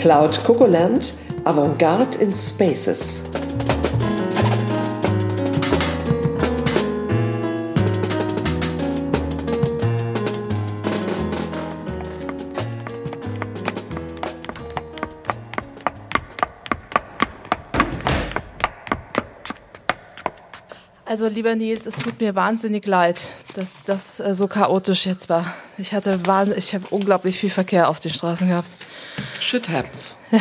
Cloud Cocoland, Avantgarde in Spaces. Also lieber Nils, es tut mir wahnsinnig leid, dass das so chaotisch jetzt war. Ich habe unglaublich viel Verkehr auf den Straßen gehabt. Shit happens. Ja.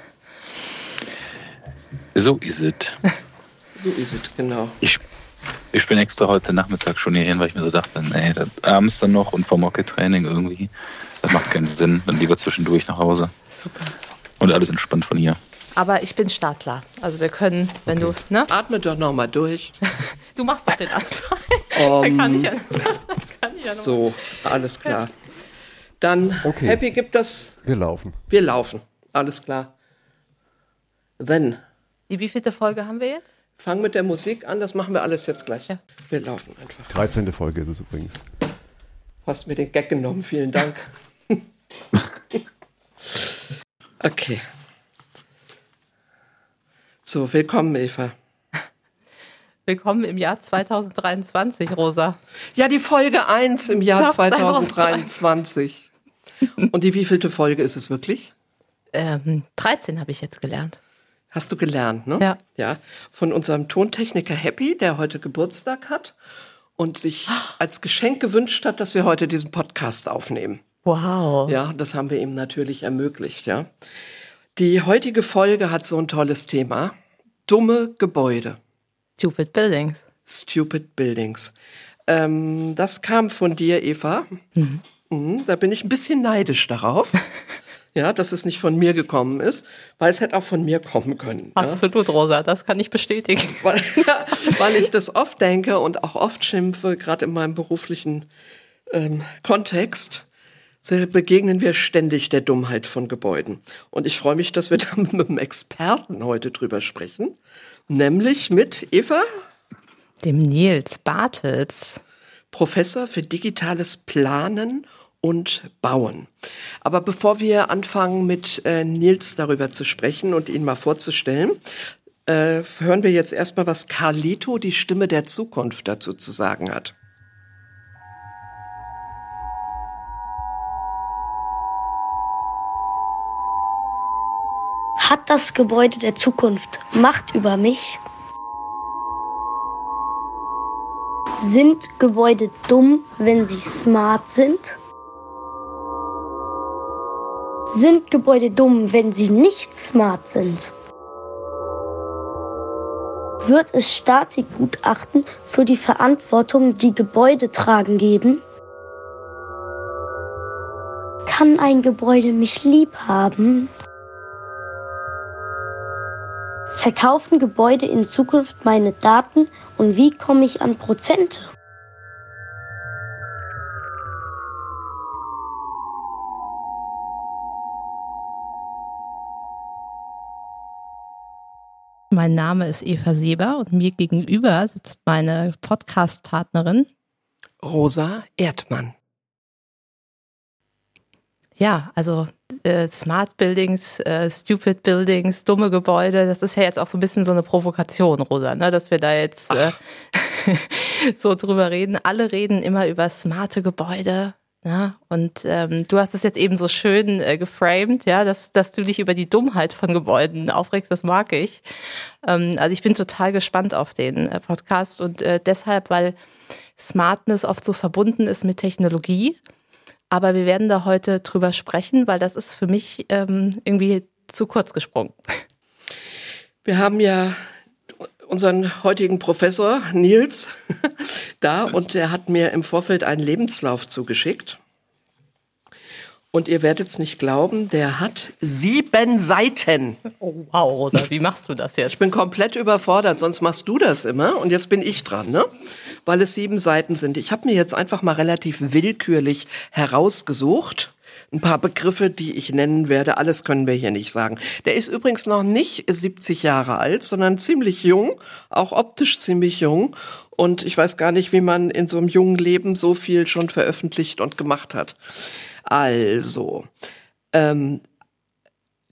So ist es. So ist es, genau. Ich bin extra heute Nachmittag schon hierhin, weil ich mir so dachte, nee, abends dann noch und vom Hockey-Training irgendwie, das macht keinen Sinn. Dann lieber zwischendurch nach Hause. Super. Und alles entspannt von hier. Aber ich bin startklar. Also wir können, wenn du, ne? Atme doch nochmal durch. Du machst doch den Anfang. Dann kann ich ja noch. So, alles klar. Dann, Okay. Happy gibt das. Wir laufen. Wir laufen. Alles klar. Then. Die wievielte Folge haben wir jetzt? Fang mit der Musik an, das machen wir alles jetzt gleich. Ja. Wir laufen einfach. 13. Folge ist es übrigens. Hast mir den Gag genommen, vielen Dank. Okay. So, willkommen, Eva. Willkommen im Jahr 2023, Rosa. Ja, die Folge 1 im Jahr Ja, 2023. Und die wievielte Folge ist es wirklich? 13 habe ich jetzt gelernt. Hast du gelernt, ne? Ja. Ja, von unserem Tontechniker Happy, der heute Geburtstag hat und sich als Geschenk gewünscht hat, dass wir heute diesen Podcast aufnehmen. Wow. Ja, das haben wir ihm natürlich ermöglicht, ja. Die heutige Folge hat so ein tolles Thema. Dumme Gebäude. Stupid Buildings. Stupid Buildings. Das kam von dir, Eva. Da bin ich ein bisschen neidisch darauf. Ja, dass es nicht von mir gekommen ist, weil es hätte auch von mir kommen können. Absolut, Rosa, das kann ich bestätigen. Weil ich das oft denke und auch oft schimpfe, gerade in meinem beruflichen Kontext, begegnen wir ständig der Dummheit von Gebäuden. Und ich freue mich, dass wir da mit einem Experten heute drüber sprechen, nämlich mit Eva, Dem Nils Bartels. Professor für digitales Planen und Bauen. Aber bevor wir anfangen, mit Nils darüber zu sprechen und ihn mal vorzustellen, hören wir jetzt erstmal, was Carlito, die Stimme der Zukunft, dazu zu sagen hat. Hat das Gebäude der Zukunft Macht über mich? Sind Gebäude dumm, wenn sie smart sind? Sind Gebäude dumm, wenn sie nicht smart sind? Wird es Statikgutachten für die Verantwortung, die Gebäude tragen, geben? Kann ein Gebäude mich lieb haben? Verkaufen Gebäude in Zukunft meine Daten und wie komme ich an Prozente? Mein Name ist Eva Seber und mir gegenüber sitzt meine Podcast-Partnerin Rosa Erdmann. Ja, also Smart Buildings, Stupid Buildings, dumme Gebäude, das ist ja jetzt auch so ein bisschen so eine Provokation, Rosa, ne, dass wir da jetzt so drüber reden. Alle reden immer über smarte Gebäude, ne? Und du hast es jetzt eben so schön geframed, ja, dass du dich über die Dummheit von Gebäuden aufregst, das mag ich. Also ich bin total gespannt auf den Podcast und deshalb, weil Smartness oft so verbunden ist mit Technologie. Aber wir werden da heute drüber sprechen, weil das ist für mich irgendwie zu kurz gesprungen. Wir haben ja unseren heutigen Professor Nils da und er hat mir im Vorfeld einen Lebenslauf zugeschickt. Und ihr werdet es nicht glauben, der hat 7 Seiten. Oh, wow, Rosa, wie machst du das jetzt? Ich bin komplett überfordert, sonst machst du das immer und jetzt bin ich dran, ne? Weil es 7 Seiten sind. Ich habe mir jetzt einfach mal relativ willkürlich herausgesucht. Ein paar Begriffe, die ich nennen werde, alles können wir hier nicht sagen. Der ist übrigens noch nicht 70 Jahre alt, sondern ziemlich jung, auch optisch ziemlich jung. Und ich weiß gar nicht, wie man in so einem jungen Leben so viel schon veröffentlicht und gemacht hat. Also,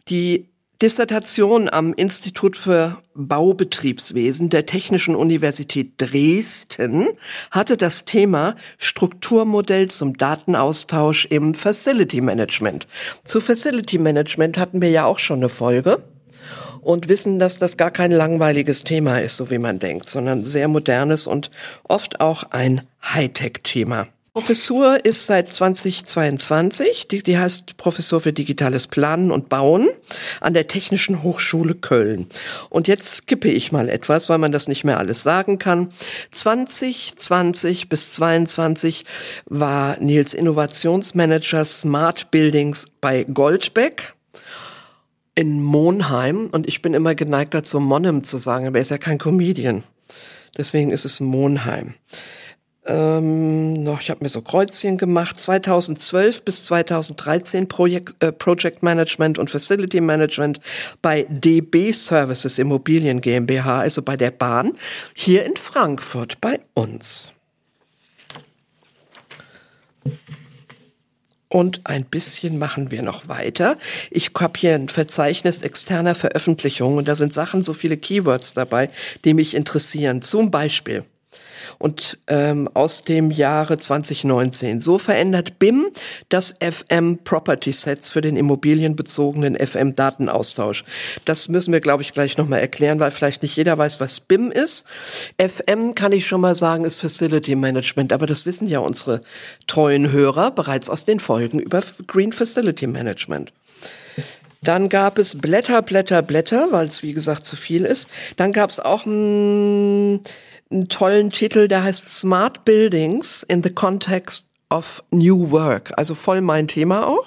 Die Dissertation am Institut für Baubetriebswesen der Technischen Universität Dresden hatte das Thema Strukturmodell zum Datenaustausch im Facility Management. Zu Facility Management hatten wir ja auch schon eine Folge und wissen, dass das gar kein langweiliges Thema ist, so wie man denkt, sondern sehr modernes und oft auch ein Hightech-Thema. Professur ist seit 2022, die heißt Professur für digitales Planen und Bauen an der Technischen Hochschule Köln. Und jetzt skippe ich mal etwas, weil man das nicht mehr alles sagen kann. 2020 bis 22 war Nils Innovationsmanager Smart Buildings bei Goldbeck in Monheim. Und ich bin immer geneigt dazu, Monheim zu sagen, aber er ist ja kein Comedian. Deswegen ist es Monheim. Ich habe mir so Kreuzchen gemacht. 2012 bis 2013 Project Management und Facility Management bei DB Services Immobilien GmbH, also bei der Bahn, hier in Frankfurt bei uns. Und ein bisschen machen wir noch weiter. Ich habe hier ein Verzeichnis externer Veröffentlichungen und da sind Sachen, so viele Keywords dabei, die mich interessieren. Zum Beispiel und aus dem Jahre 2019. So verändert BIM das FM Property Sets für den immobilienbezogenen FM Datenaustausch. Das müssen wir, glaube ich, gleich nochmal erklären, weil vielleicht nicht jeder weiß, was BIM ist. FM, kann ich schon mal sagen, ist Facility Management, aber das wissen ja unsere treuen Hörer bereits aus den Folgen über Green Facility Management. Dann gab es Blätter, weil es, wie gesagt, zu viel ist. Dann gab es auch einen tollen Titel, der heißt Smart Buildings in the Context of New Work. Also voll mein Thema auch.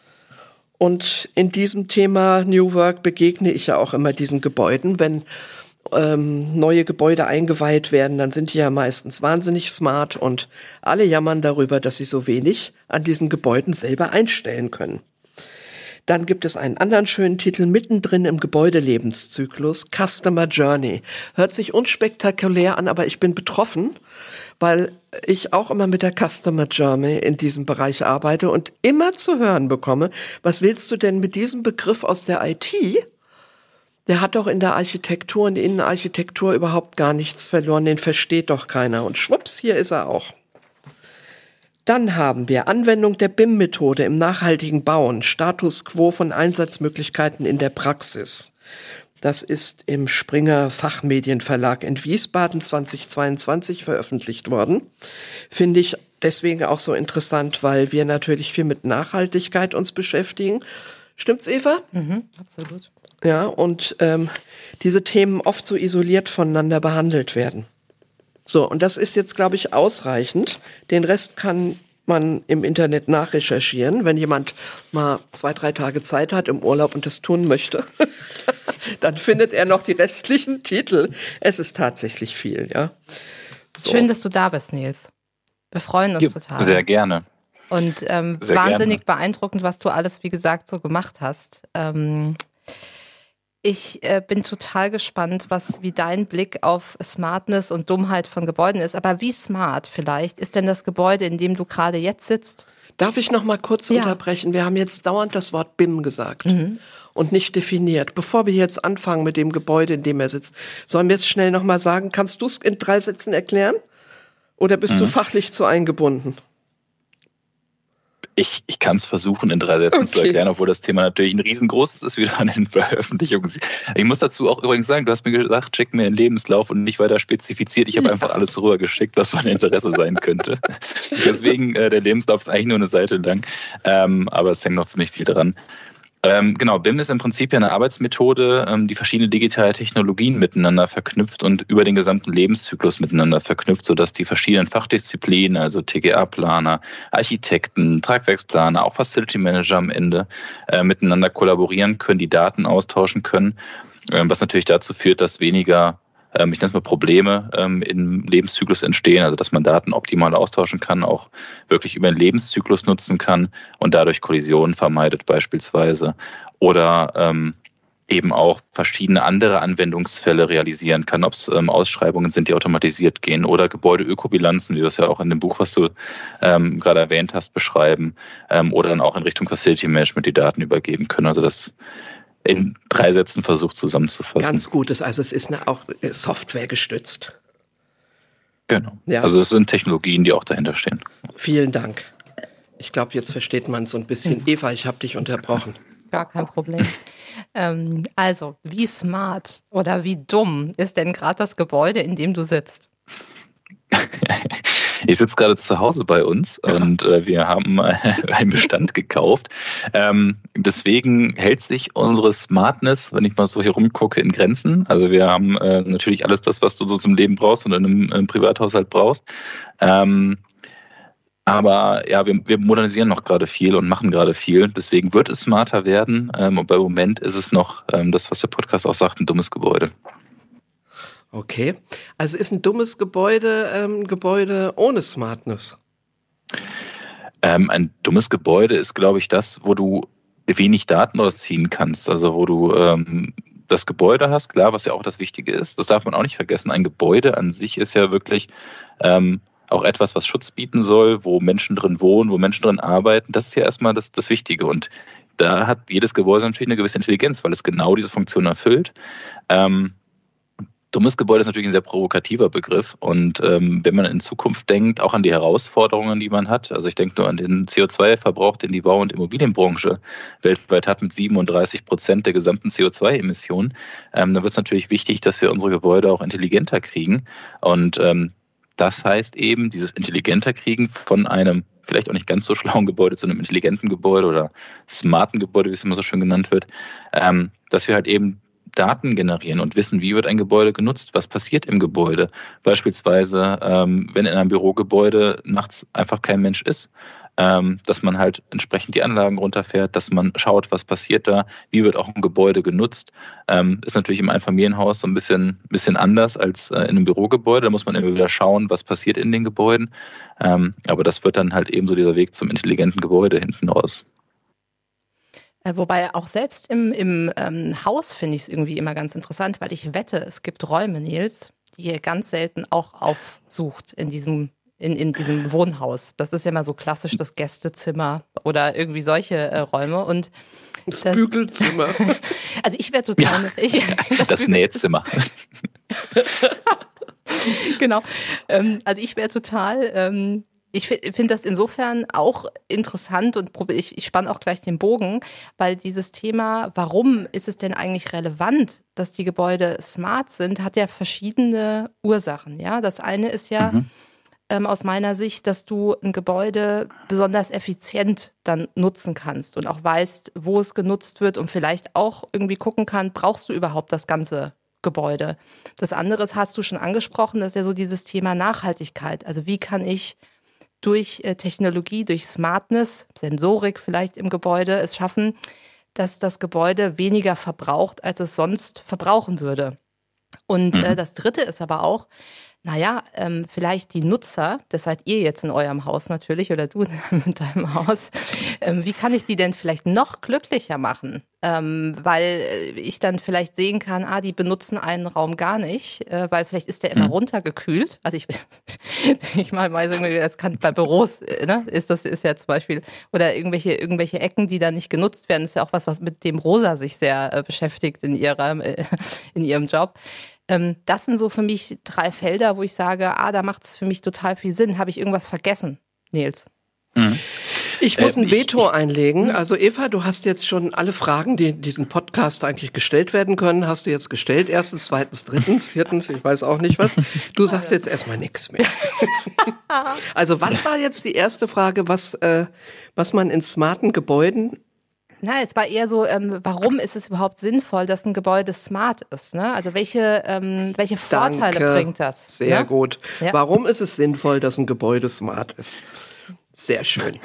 Und in diesem Thema New Work begegne ich ja auch immer diesen Gebäuden. Wenn neue Gebäude eingeweiht werden, dann sind die ja meistens wahnsinnig smart und alle jammern darüber, dass sie so wenig an diesen Gebäuden selber einstellen können. Dann gibt es einen anderen schönen Titel, mittendrin im Gebäudelebenszyklus, Customer Journey. Hört sich unspektakulär an, aber ich bin betroffen, weil ich auch immer mit der Customer Journey in diesem Bereich arbeite und immer zu hören bekomme, was willst du denn mit diesem Begriff aus der IT? Der hat doch in der Architektur und Innenarchitektur überhaupt gar nichts verloren, den versteht doch keiner. Und schwupps, hier ist er auch. Dann haben wir Anwendung der BIM-Methode im nachhaltigen Bauen, Status quo von Einsatzmöglichkeiten in der Praxis. Das ist im Springer Fachmedienverlag in Wiesbaden 2022 veröffentlicht worden. Finde ich deswegen auch so interessant, weil wir natürlich viel mit Nachhaltigkeit uns beschäftigen. Stimmt's, Eva? Absolut. Ja, und diese Themen oft so isoliert voneinander behandelt werden. So, und das ist jetzt, glaube ich, ausreichend. Den Rest kann man im Internet nachrecherchieren, wenn jemand mal 2-3 Tage Zeit hat im Urlaub und das tun möchte. Dann findet er noch die restlichen Titel. Es ist tatsächlich viel, ja. So. Schön, dass du da bist, Nils. Wir freuen uns total. Sehr gerne. Und wahnsinnig beeindruckend, was du alles, wie gesagt, so gemacht hast. Ich bin total gespannt, wie dein Blick auf Smartness und Dummheit von Gebäuden ist. Aber wie smart vielleicht ist denn das Gebäude, in dem du gerade jetzt sitzt? Darf ich noch mal kurz unterbrechen? Wir haben jetzt dauernd das Wort BIM gesagt und nicht definiert. Bevor wir jetzt anfangen mit dem Gebäude, in dem er sitzt, sollen wir es schnell noch mal sagen? Kannst du es in 3 Sätzen erklären? Oder bist du fachlich zu eingebunden? Ich kann es versuchen, in 3 Sätzen zu erklären, obwohl das Thema natürlich ein riesengroßes ist, wieder an den Veröffentlichungen. Ich muss dazu auch übrigens sagen, du hast mir gesagt, schick mir einen Lebenslauf und nicht weiter spezifiziert. Ich habe einfach alles rübergeschickt, was von Interesse sein könnte. Deswegen, der Lebenslauf ist eigentlich nur eine Seite lang, aber es hängt noch ziemlich viel dran. Genau, BIM ist im Prinzip ja eine Arbeitsmethode, die verschiedene digitale Technologien miteinander verknüpft und über den gesamten Lebenszyklus miteinander verknüpft, sodass die verschiedenen Fachdisziplinen, also TGA-Planer, Architekten, Tragwerksplaner, auch Facility Manager am Ende miteinander kollaborieren können, die Daten austauschen können, was natürlich dazu führt, dass weniger ich nenne es mal Probleme im Lebenszyklus entstehen, also dass man Daten optimal austauschen kann, auch wirklich über den Lebenszyklus nutzen kann und dadurch Kollisionen vermeidet beispielsweise oder eben auch verschiedene andere Anwendungsfälle realisieren kann, ob es Ausschreibungen sind, die automatisiert gehen oder Gebäudeökobilanzen, wie wir es ja auch in dem Buch, was du gerade erwähnt hast, beschreiben oder dann auch in Richtung Facility Management die Daten übergeben können. Also das in 3 Sätzen versucht zusammenzufassen. Ganz Gutes, also es ist auch Software gestützt. Genau. Ja. Also es sind Technologien, die auch dahinter stehen. Vielen Dank. Ich glaube, jetzt versteht man so ein bisschen. Eva, ich habe dich unterbrochen. Gar kein Problem. Also, wie smart oder wie dumm ist denn gerade das Gebäude, in dem du sitzt? Ich sitze gerade zu Hause bei uns und wir haben einen Bestand gekauft. Deswegen hält sich unsere Smartness, wenn ich mal so hier rumgucke, in Grenzen. Also wir haben natürlich alles das, was du so zum Leben brauchst und in einem Privathaushalt brauchst. Aber ja, wir modernisieren noch gerade viel und machen gerade viel. Deswegen wird es smarter werden. Und beim Moment ist es noch das, was der Podcast auch sagt, ein dummes Gebäude. Okay, also ist ein dummes Gebäude ein Gebäude ohne Smartness? Ein dummes Gebäude ist, glaube ich, das, wo du wenig Daten rausziehen kannst. Also wo du das Gebäude hast, klar, was ja auch das Wichtige ist. Das darf man auch nicht vergessen. Ein Gebäude an sich ist ja wirklich auch etwas, was Schutz bieten soll, wo Menschen drin wohnen, wo Menschen drin arbeiten. Das ist ja erstmal das Wichtige. Und da hat jedes Gebäude natürlich eine gewisse Intelligenz, weil es genau diese Funktion erfüllt. Dummes Gebäude ist natürlich ein sehr provokativer Begriff und wenn man in Zukunft denkt, auch an die Herausforderungen, die man hat, also ich denke nur an den CO2-Verbrauch, den die Bau- und Immobilienbranche weltweit hat mit 37% der gesamten CO2-Emissionen, dann wird es natürlich wichtig, dass wir unsere Gebäude auch intelligenter kriegen und das heißt eben, dieses intelligenter kriegen von einem vielleicht auch nicht ganz so schlauen Gebäude zu einem intelligenten Gebäude oder smarten Gebäude, wie es immer so schön genannt wird, dass wir halt eben Daten generieren und wissen, wie wird ein Gebäude genutzt, was passiert im Gebäude. Beispielsweise, wenn in einem Bürogebäude nachts einfach kein Mensch ist, dass man halt entsprechend die Anlagen runterfährt, dass man schaut, was passiert da, wie wird auch ein Gebäude genutzt. Ist natürlich im Einfamilienhaus so ein bisschen anders als in einem Bürogebäude. Da muss man immer wieder schauen, was passiert in den Gebäuden. Aber das wird dann halt eben so dieser Weg zum intelligenten Gebäude hinten raus. Wobei auch selbst im Haus finde ich es irgendwie immer ganz interessant, weil ich wette, es gibt Räume, Nils, die ihr ganz selten auch aufsucht in diesem Wohnhaus. Das ist ja immer so klassisch das Gästezimmer oder irgendwie solche Räume. Und das Bügelzimmer. Also ich wäre total... Ja, das Nähzimmer. Genau. Also ich wäre total... Ich finde das insofern auch interessant und ich spanne auch gleich den Bogen, weil dieses Thema, warum ist es denn eigentlich relevant, dass die Gebäude smart sind, hat ja verschiedene Ursachen. Ja, das eine ist ja aus meiner Sicht, dass du ein Gebäude besonders effizient dann nutzen kannst und auch weißt, wo es genutzt wird und vielleicht auch irgendwie gucken kann, brauchst du überhaupt das ganze Gebäude. Das andere hast du schon angesprochen, das ist ja so dieses Thema Nachhaltigkeit. Also wie kann ich durch Technologie, durch Smartness, Sensorik vielleicht im Gebäude es schaffen, dass das Gebäude weniger verbraucht, als es sonst verbrauchen würde. Und das Dritte ist aber auch, vielleicht die Nutzer, das seid ihr jetzt in eurem Haus natürlich oder du mit deinem Haus, wie kann ich die denn vielleicht noch glücklicher machen? Weil ich dann vielleicht sehen kann, die benutzen einen Raum gar nicht, weil vielleicht ist der immer runtergekühlt. Also ich mal weiß irgendwie, das kann bei Büros, ne, ist ja zum Beispiel, oder irgendwelche Ecken, die da nicht genutzt werden, ist ja auch was mit dem Rosa sich sehr beschäftigt in ihrem Job. Das sind so für mich 3 Felder, wo ich sage, da macht es für mich total viel Sinn. Habe ich irgendwas vergessen, Nils? Ich muss ein Veto einlegen. Also Eva, du hast jetzt schon alle Fragen, die in diesem Podcast eigentlich gestellt werden können, hast du jetzt gestellt. 1., 2., 3., 4., ich weiß auch nicht was. Du sagst jetzt erstmal nichts mehr. Also was war jetzt die erste Frage, was man in smarten Gebäuden... Es war eher so, warum ist es überhaupt sinnvoll, dass ein Gebäude smart ist? Ne? Also welche Vorteile bringt das? Sehr gut. Ja? Warum ist es sinnvoll, dass ein Gebäude smart ist? Sehr schön.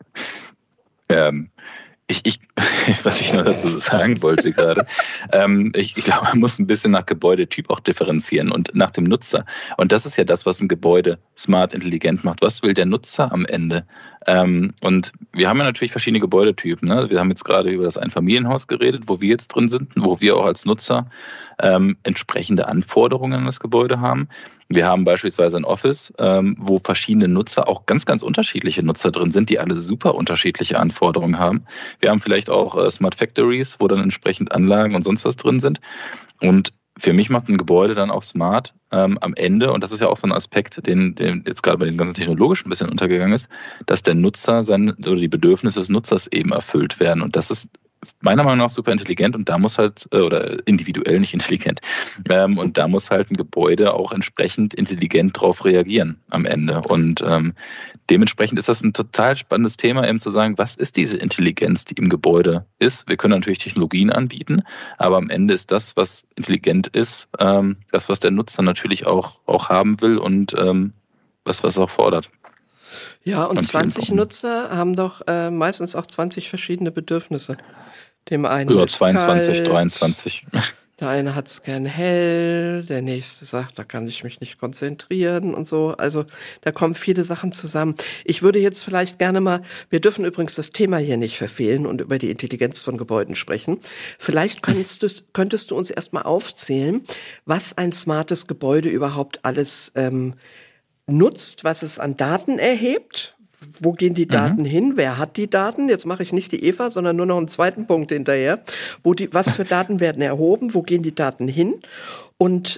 Was ich noch dazu sagen wollte gerade, ich glaube, man muss ein bisschen nach Gebäudetyp auch differenzieren und nach dem Nutzer. Und das ist ja das, was ein Gebäude smart, intelligent macht. Was will der Nutzer am Ende? Und wir haben ja natürlich verschiedene Gebäudetypen. Ne? Wir haben jetzt gerade über das Einfamilienhaus geredet, wo wir jetzt drin sind, wo wir auch als Nutzer entsprechende Anforderungen an das Gebäude haben. Wir haben beispielsweise ein Office, wo verschiedene Nutzer, auch ganz, ganz unterschiedliche Nutzer drin sind, die alle super unterschiedliche Anforderungen haben. Wir haben vielleicht vielleicht auch Smart Factories, wo dann entsprechend Anlagen und sonst was drin sind. Und für mich macht ein Gebäude dann auch smart am Ende, und das ist ja auch so ein Aspekt, den jetzt gerade bei den ganzen technologischen ein bisschen untergegangen ist, dass der Nutzer oder die Bedürfnisse des Nutzers eben erfüllt werden. Und das ist meiner Meinung nach super intelligent, und da muss halt, oder individuell nicht intelligent, und da muss halt ein Gebäude auch entsprechend intelligent drauf reagieren am Ende. Und dementsprechend ist das ein total spannendes Thema, eben zu sagen, was ist diese Intelligenz, die im Gebäude ist? Wir können natürlich Technologien anbieten, aber am Ende ist das, was intelligent ist, das, was der Nutzer natürlich auch haben will und was auch fordert. Ja, und 20 Nutzer haben doch meistens auch 20 verschiedene Bedürfnisse. Dem einen über ist 22, kalt, 23. Der eine hat es gern hell, der nächste sagt, da kann ich mich nicht konzentrieren und so. Also da kommen viele Sachen zusammen. Ich würde jetzt vielleicht gerne mal, wir dürfen übrigens das Thema hier nicht verfehlen und über die Intelligenz von Gebäuden sprechen. Vielleicht könntest du uns erstmal aufzählen, was ein smartes Gebäude überhaupt alles nutzt, was es an Daten erhebt. Wo gehen die Daten hin? Wer hat die Daten? Jetzt mache ich nicht die Eva, sondern nur noch einen zweiten Punkt hinterher. Was für Daten werden erhoben? Wo gehen die Daten hin? Und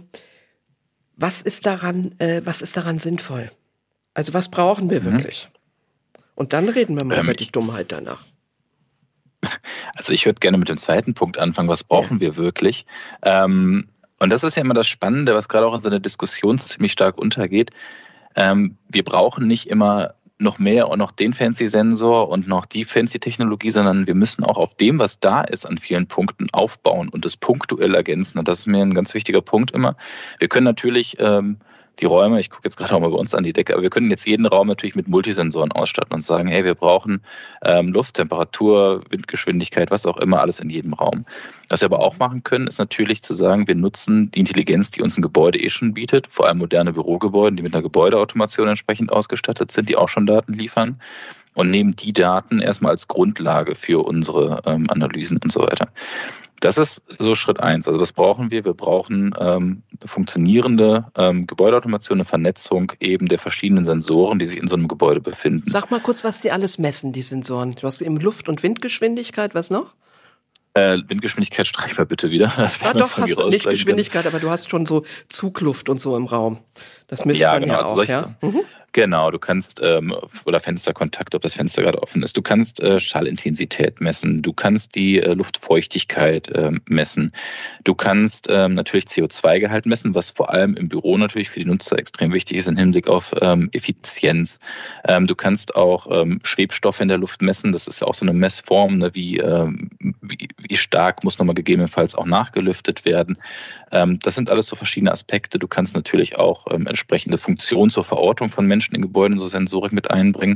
was ist daran sinnvoll? Also was brauchen wir wirklich? Und dann reden wir mal über die Dummheit danach. Also ich würde gerne mit dem zweiten Punkt anfangen. Was brauchen wir wirklich? Und das ist ja immer das Spannende, was gerade auch in so einer Diskussion ziemlich stark untergeht. Wir brauchen nicht immer noch mehr und noch den fancy Sensor und noch die fancy Technologie, sondern wir müssen auch auf dem, was da ist, an vielen Punkten aufbauen und das punktuell ergänzen. Und das ist mir ein ganz wichtiger Punkt immer. Wir können natürlich die Räume, ich gucke jetzt gerade auch mal bei uns an die Decke, aber wir können jetzt jeden Raum natürlich mit Multisensoren ausstatten und sagen, hey, wir brauchen Luft, Temperatur, Windgeschwindigkeit, was auch immer, alles in jedem Raum. Was wir aber auch machen können, ist natürlich zu sagen, wir nutzen die Intelligenz, die uns ein Gebäude schon bietet, vor allem moderne Bürogebäude, die mit einer Gebäudeautomation entsprechend ausgestattet sind, die auch schon Daten liefern, und nehmen die Daten erstmal als Grundlage für unsere Analysen und so weiter. Das ist so Schritt 1. Also was brauchen wir? Wir brauchen eine funktionierende Gebäudeautomation, eine Vernetzung eben der verschiedenen Sensoren, die sich in so einem Gebäude befinden. Sag mal kurz, was die alles messen, die Sensoren. Du hast eben Luft- und Windgeschwindigkeit, was noch? Windgeschwindigkeit streich mal bitte wieder. Doch, hast du nicht Geschwindigkeit, aber du hast schon so Zugluft und so im Raum. Das misst man ja auch, ja? Genau, du kannst, oder Fensterkontakt, ob das Fenster gerade offen ist. Du kannst Schallintensität messen. Du kannst die Luftfeuchtigkeit messen. Du kannst natürlich CO2-Gehalt messen, was vor allem im Büro natürlich für die Nutzer extrem wichtig ist im Hinblick auf Effizienz. Du kannst auch Schwebstoffe in der Luft messen. Das ist ja auch so eine Messform, ne, wie stark muss nochmal gegebenenfalls auch nachgelüftet werden. Das sind alles so verschiedene Aspekte. Du kannst natürlich auch entsprechende Funktionen zur Verortung von Menschen in Gebäuden, so Sensorik mit einbringen.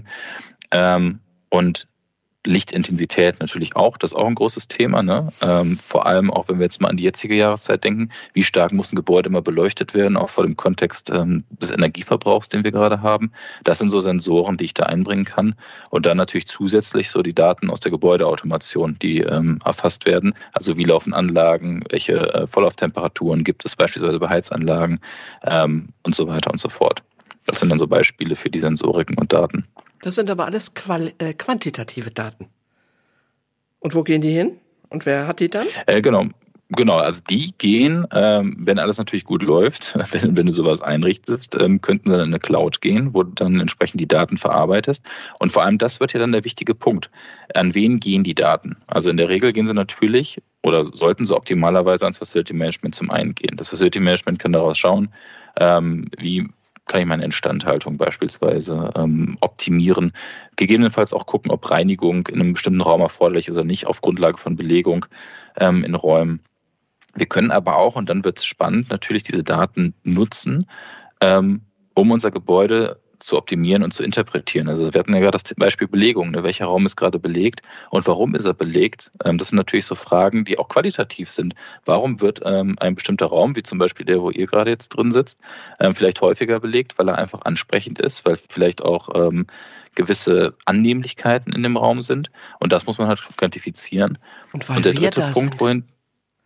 Und Lichtintensität natürlich auch, das ist auch ein großes Thema, ne? Vor allem auch, wenn wir jetzt mal an die jetzige Jahreszeit denken, wie stark muss ein Gebäude immer beleuchtet werden, auch vor dem Kontext des Energieverbrauchs, den wir gerade haben. Das sind so Sensoren, die ich da einbringen kann. Und dann natürlich zusätzlich so die Daten aus der Gebäudeautomation, die erfasst werden. Also wie laufen Anlagen, welche Vorlauftemperaturen gibt es beispielsweise bei Heizanlagen und so weiter und so fort. Das sind dann so Beispiele für die Sensoriken und Daten. Das sind aber alles quantitative Daten. Und wo gehen die hin? Und wer hat die dann? Genau. Also die gehen, wenn alles natürlich gut läuft, wenn du sowas einrichtest, könnten sie dann in eine Cloud gehen, wo du dann entsprechend die Daten verarbeitest. Und vor allem das wird ja dann der wichtige Punkt. An wen gehen die Daten? Also in der Regel gehen sie natürlich oder sollten sie optimalerweise ans Facility Management zum einen gehen. Das Facility Management kann daraus schauen, wie kann ich meine Instandhaltung beispielsweise optimieren. Gegebenenfalls auch gucken, ob Reinigung in einem bestimmten Raum erforderlich ist oder nicht, auf Grundlage von Belegung in Räumen. Wir können aber auch, und dann wird es spannend, natürlich diese Daten nutzen, um unser Gebäude zu optimieren und zu interpretieren. Also wir hatten ja gerade das Beispiel Belegung. Ne? Welcher Raum ist gerade belegt und warum ist er belegt? Das sind natürlich so Fragen, die auch qualitativ sind. Warum wird ein bestimmter Raum, wie zum Beispiel der, wo ihr gerade jetzt drin sitzt, vielleicht häufiger belegt, weil er einfach ansprechend ist, weil vielleicht auch gewisse Annehmlichkeiten in dem Raum sind. Und das muss man halt quantifizieren. Und weil und der dritte Punkt, wohin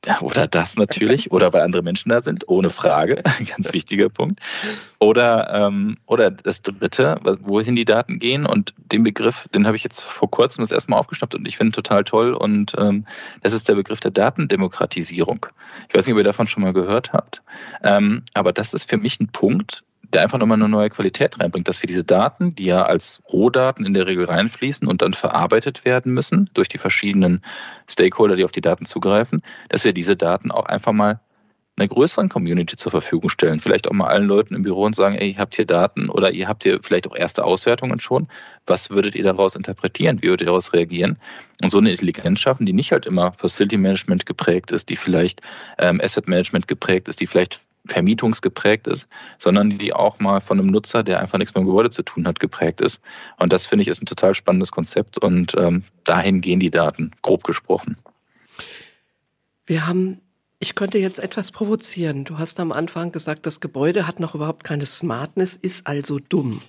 Oder das natürlich, oder weil andere Menschen da sind, ohne Frage, ganz wichtiger Punkt. Oder das Dritte, wohin die Daten gehen, und den Begriff, den habe ich jetzt vor kurzem das erste Mal aufgeschnappt und ich finde total toll, und das ist der Begriff der Datendemokratisierung. Ich weiß nicht, ob ihr davon schon mal gehört habt, aber das ist für mich ein Punkt, der einfach nochmal eine neue Qualität reinbringt, dass wir diese Daten, die ja als Rohdaten in der Regel reinfließen und dann verarbeitet werden müssen durch die verschiedenen Stakeholder, die auf die Daten zugreifen, dass wir diese Daten auch einfach mal einer größeren Community zur Verfügung stellen. Vielleicht auch mal allen Leuten im Büro und sagen, ey, ihr habt hier Daten oder ihr habt hier vielleicht auch erste Auswertungen schon. Was würdet ihr daraus interpretieren? Wie würdet ihr daraus reagieren? Und so eine Intelligenz schaffen, die nicht halt immer Facility Management geprägt ist, die vielleicht Asset Management geprägt ist, die vielleicht vermietungsgeprägt ist, sondern die auch mal von einem Nutzer, der einfach nichts mit dem Gebäude zu tun hat, geprägt ist. Und das, finde ich, ist ein total spannendes Konzept, und dahin gehen die Daten, grob gesprochen. Ich könnte jetzt etwas provozieren. Du hast am Anfang gesagt, das Gebäude hat noch überhaupt keine Smartness, ist also dumm.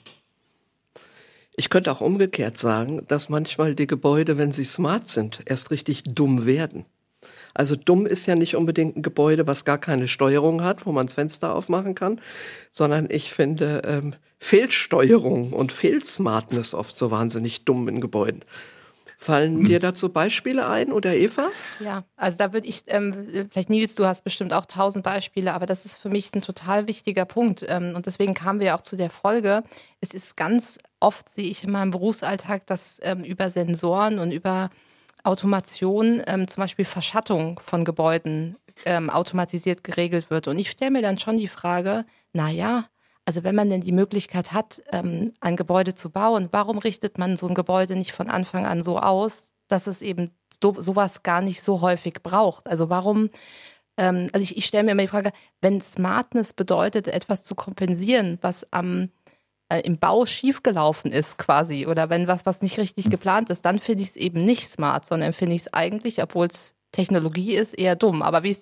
Ich könnte auch umgekehrt sagen, dass manchmal die Gebäude, wenn sie smart sind, erst richtig dumm werden. Also dumm ist ja nicht unbedingt ein Gebäude, was gar keine Steuerung hat, wo man das Fenster aufmachen kann, sondern ich finde Fehlsteuerung und Fehlsmartness oft so wahnsinnig dumm in Gebäuden. Fallen dir dazu Beispiele ein, oder Eva? Ja, also da würde ich, vielleicht Nils, du hast bestimmt auch 1000 Beispiele, aber das ist für mich ein total wichtiger Punkt. Und deswegen kamen wir auch zu der Folge. Es ist ganz oft, sehe ich in meinem Berufsalltag, dass über Sensoren und über Automation, zum Beispiel Verschattung von Gebäuden automatisiert geregelt wird. Und ich stelle mir dann schon die Frage, also wenn man denn die Möglichkeit hat, ein Gebäude zu bauen, warum richtet man so ein Gebäude nicht von Anfang an so aus, dass es eben sowas gar nicht so häufig braucht? Also warum, ich stelle mir immer die Frage, wenn Smartness bedeutet, etwas zu kompensieren, was im Bau schiefgelaufen ist quasi, oder wenn was nicht richtig geplant ist, dann finde ich es eben nicht smart, sondern finde ich es eigentlich, obwohl es Technologie ist, eher dumm. Aber wie ist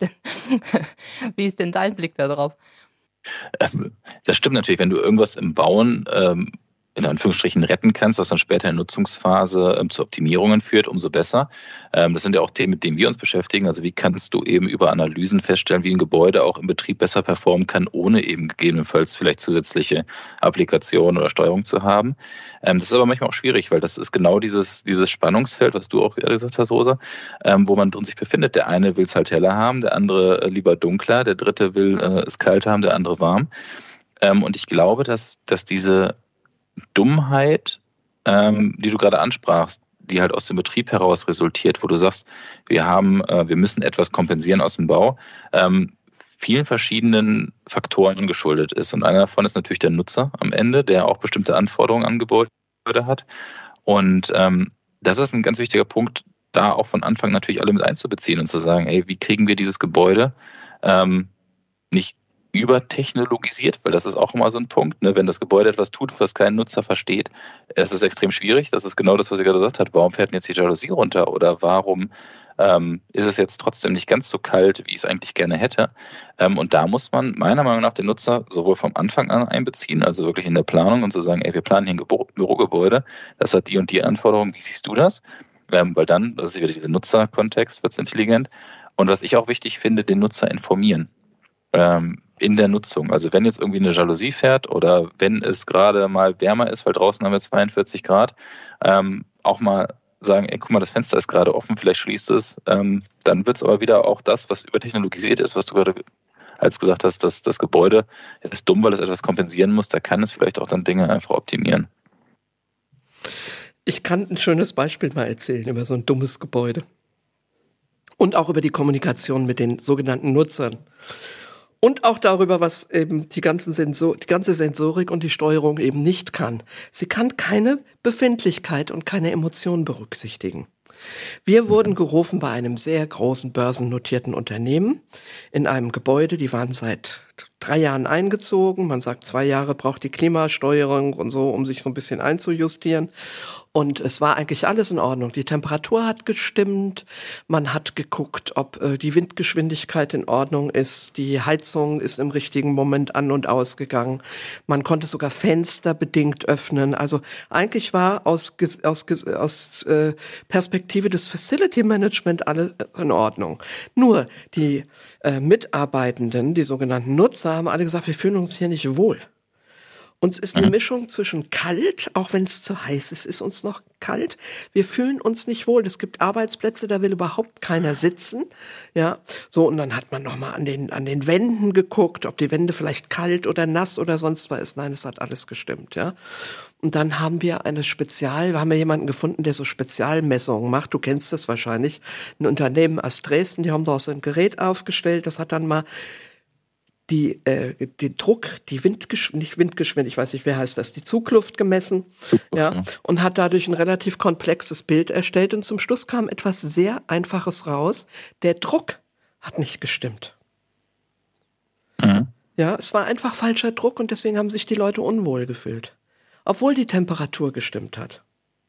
denn dein Blick da drauf? Das stimmt natürlich, wenn du irgendwas im Bauen in Anführungsstrichen retten kannst, was dann später in der Nutzungsphase zu Optimierungen führt, umso besser. Das sind ja auch Themen, mit denen wir uns beschäftigen. Also wie kannst du eben über Analysen feststellen, wie ein Gebäude auch im Betrieb besser performen kann, ohne eben gegebenenfalls vielleicht zusätzliche Applikationen oder Steuerung zu haben. Das ist aber manchmal auch schwierig, weil das ist genau dieses Spannungsfeld, was du auch gerade gesagt hast, Rosa, wo man drin sich befindet. Der eine will es halt heller haben, der andere lieber dunkler, der dritte will es kalt haben, der andere warm. Und ich glaube, dass diese Dummheit, die du gerade ansprachst, die halt aus dem Betrieb heraus resultiert, wo du sagst, wir müssen etwas kompensieren aus dem Bau, vielen verschiedenen Faktoren geschuldet ist. Und einer davon ist natürlich der Nutzer am Ende, der auch bestimmte Anforderungen an Gebäude hat. Und das ist ein ganz wichtiger Punkt, da auch von Anfang natürlich alle mit einzubeziehen und zu sagen, ey, wie kriegen wir dieses Gebäude nicht übertechnologisiert, weil das ist auch immer so ein Punkt, ne? Wenn das Gebäude etwas tut, was kein Nutzer versteht, es ist extrem schwierig. Das ist genau das, was ihr gerade gesagt habt. Warum fährt denn jetzt die Jalousie runter? Oder warum ist es jetzt trotzdem nicht ganz so kalt, wie ich es eigentlich gerne hätte? Und da muss man meiner Meinung nach den Nutzer sowohl vom Anfang an einbeziehen, also wirklich in der Planung und zu sagen, ey, wir planen hier ein Bürogebäude, das hat die und die Anforderungen, wie siehst du das? Weil dann, das ist wieder dieser Nutzerkontext, wird es intelligent. Und was ich auch wichtig finde, den Nutzer informieren. In der Nutzung. Also wenn jetzt irgendwie eine Jalousie fährt oder wenn es gerade mal wärmer ist, weil draußen haben wir 42 Grad, auch mal sagen, ey, guck mal, das Fenster ist gerade offen, vielleicht schließt es. Dann wird es aber wieder auch das, was übertechnologisiert ist, was du gerade als gesagt hast, dass das Gebäude ist dumm, weil es etwas kompensieren muss, da kann es vielleicht auch dann Dinge einfach optimieren. Ich kann ein schönes Beispiel mal erzählen über so ein dummes Gebäude. Und auch über die Kommunikation mit den sogenannten Nutzern. Und auch darüber, was eben die ganze Sensorik und die Steuerung eben nicht kann. Sie kann keine Befindlichkeit und keine Emotionen berücksichtigen. Wir wurden gerufen bei einem sehr großen börsennotierten Unternehmen in einem Gebäude, die waren seit 3 Jahren eingezogen. Man sagt, 2 Jahre braucht die Klimasteuerung und so, um sich so ein bisschen einzujustieren. Und es war eigentlich alles in Ordnung. Die Temperatur hat gestimmt. Man hat geguckt, ob die Windgeschwindigkeit in Ordnung ist. Die Heizung ist im richtigen Moment an- und ausgegangen. Man konnte sogar Fenster bedingt öffnen. Also eigentlich war aus Perspektive des Facility Management alles in Ordnung. Nur die Mitarbeitenden, die sogenannten Nutzer, haben alle gesagt, wir fühlen uns hier nicht wohl. Uns ist eine Mischung zwischen kalt, auch wenn es zu heiß ist uns noch kalt. Wir fühlen uns nicht wohl. Es gibt Arbeitsplätze, da will überhaupt keiner sitzen. Ja, so, und dann hat man nochmal an den Wänden geguckt, ob die Wände vielleicht kalt oder nass oder sonst was ist. Nein, es hat alles gestimmt, ja. Und dann haben wir jemanden gefunden, der so Spezialmessungen macht. Du kennst das wahrscheinlich. Ein Unternehmen aus Dresden, die haben da so ein Gerät aufgestellt, das hat dann mal den Druck, nicht Windgeschwindigkeit, ich weiß nicht, wer heißt das, die Zugluft gemessen, ja, und hat dadurch ein relativ komplexes Bild erstellt und zum Schluss kam etwas sehr Einfaches raus. Der Druck hat nicht gestimmt. Ja, es war einfach falscher Druck und deswegen haben sich die Leute unwohl gefühlt. Obwohl die Temperatur gestimmt hat.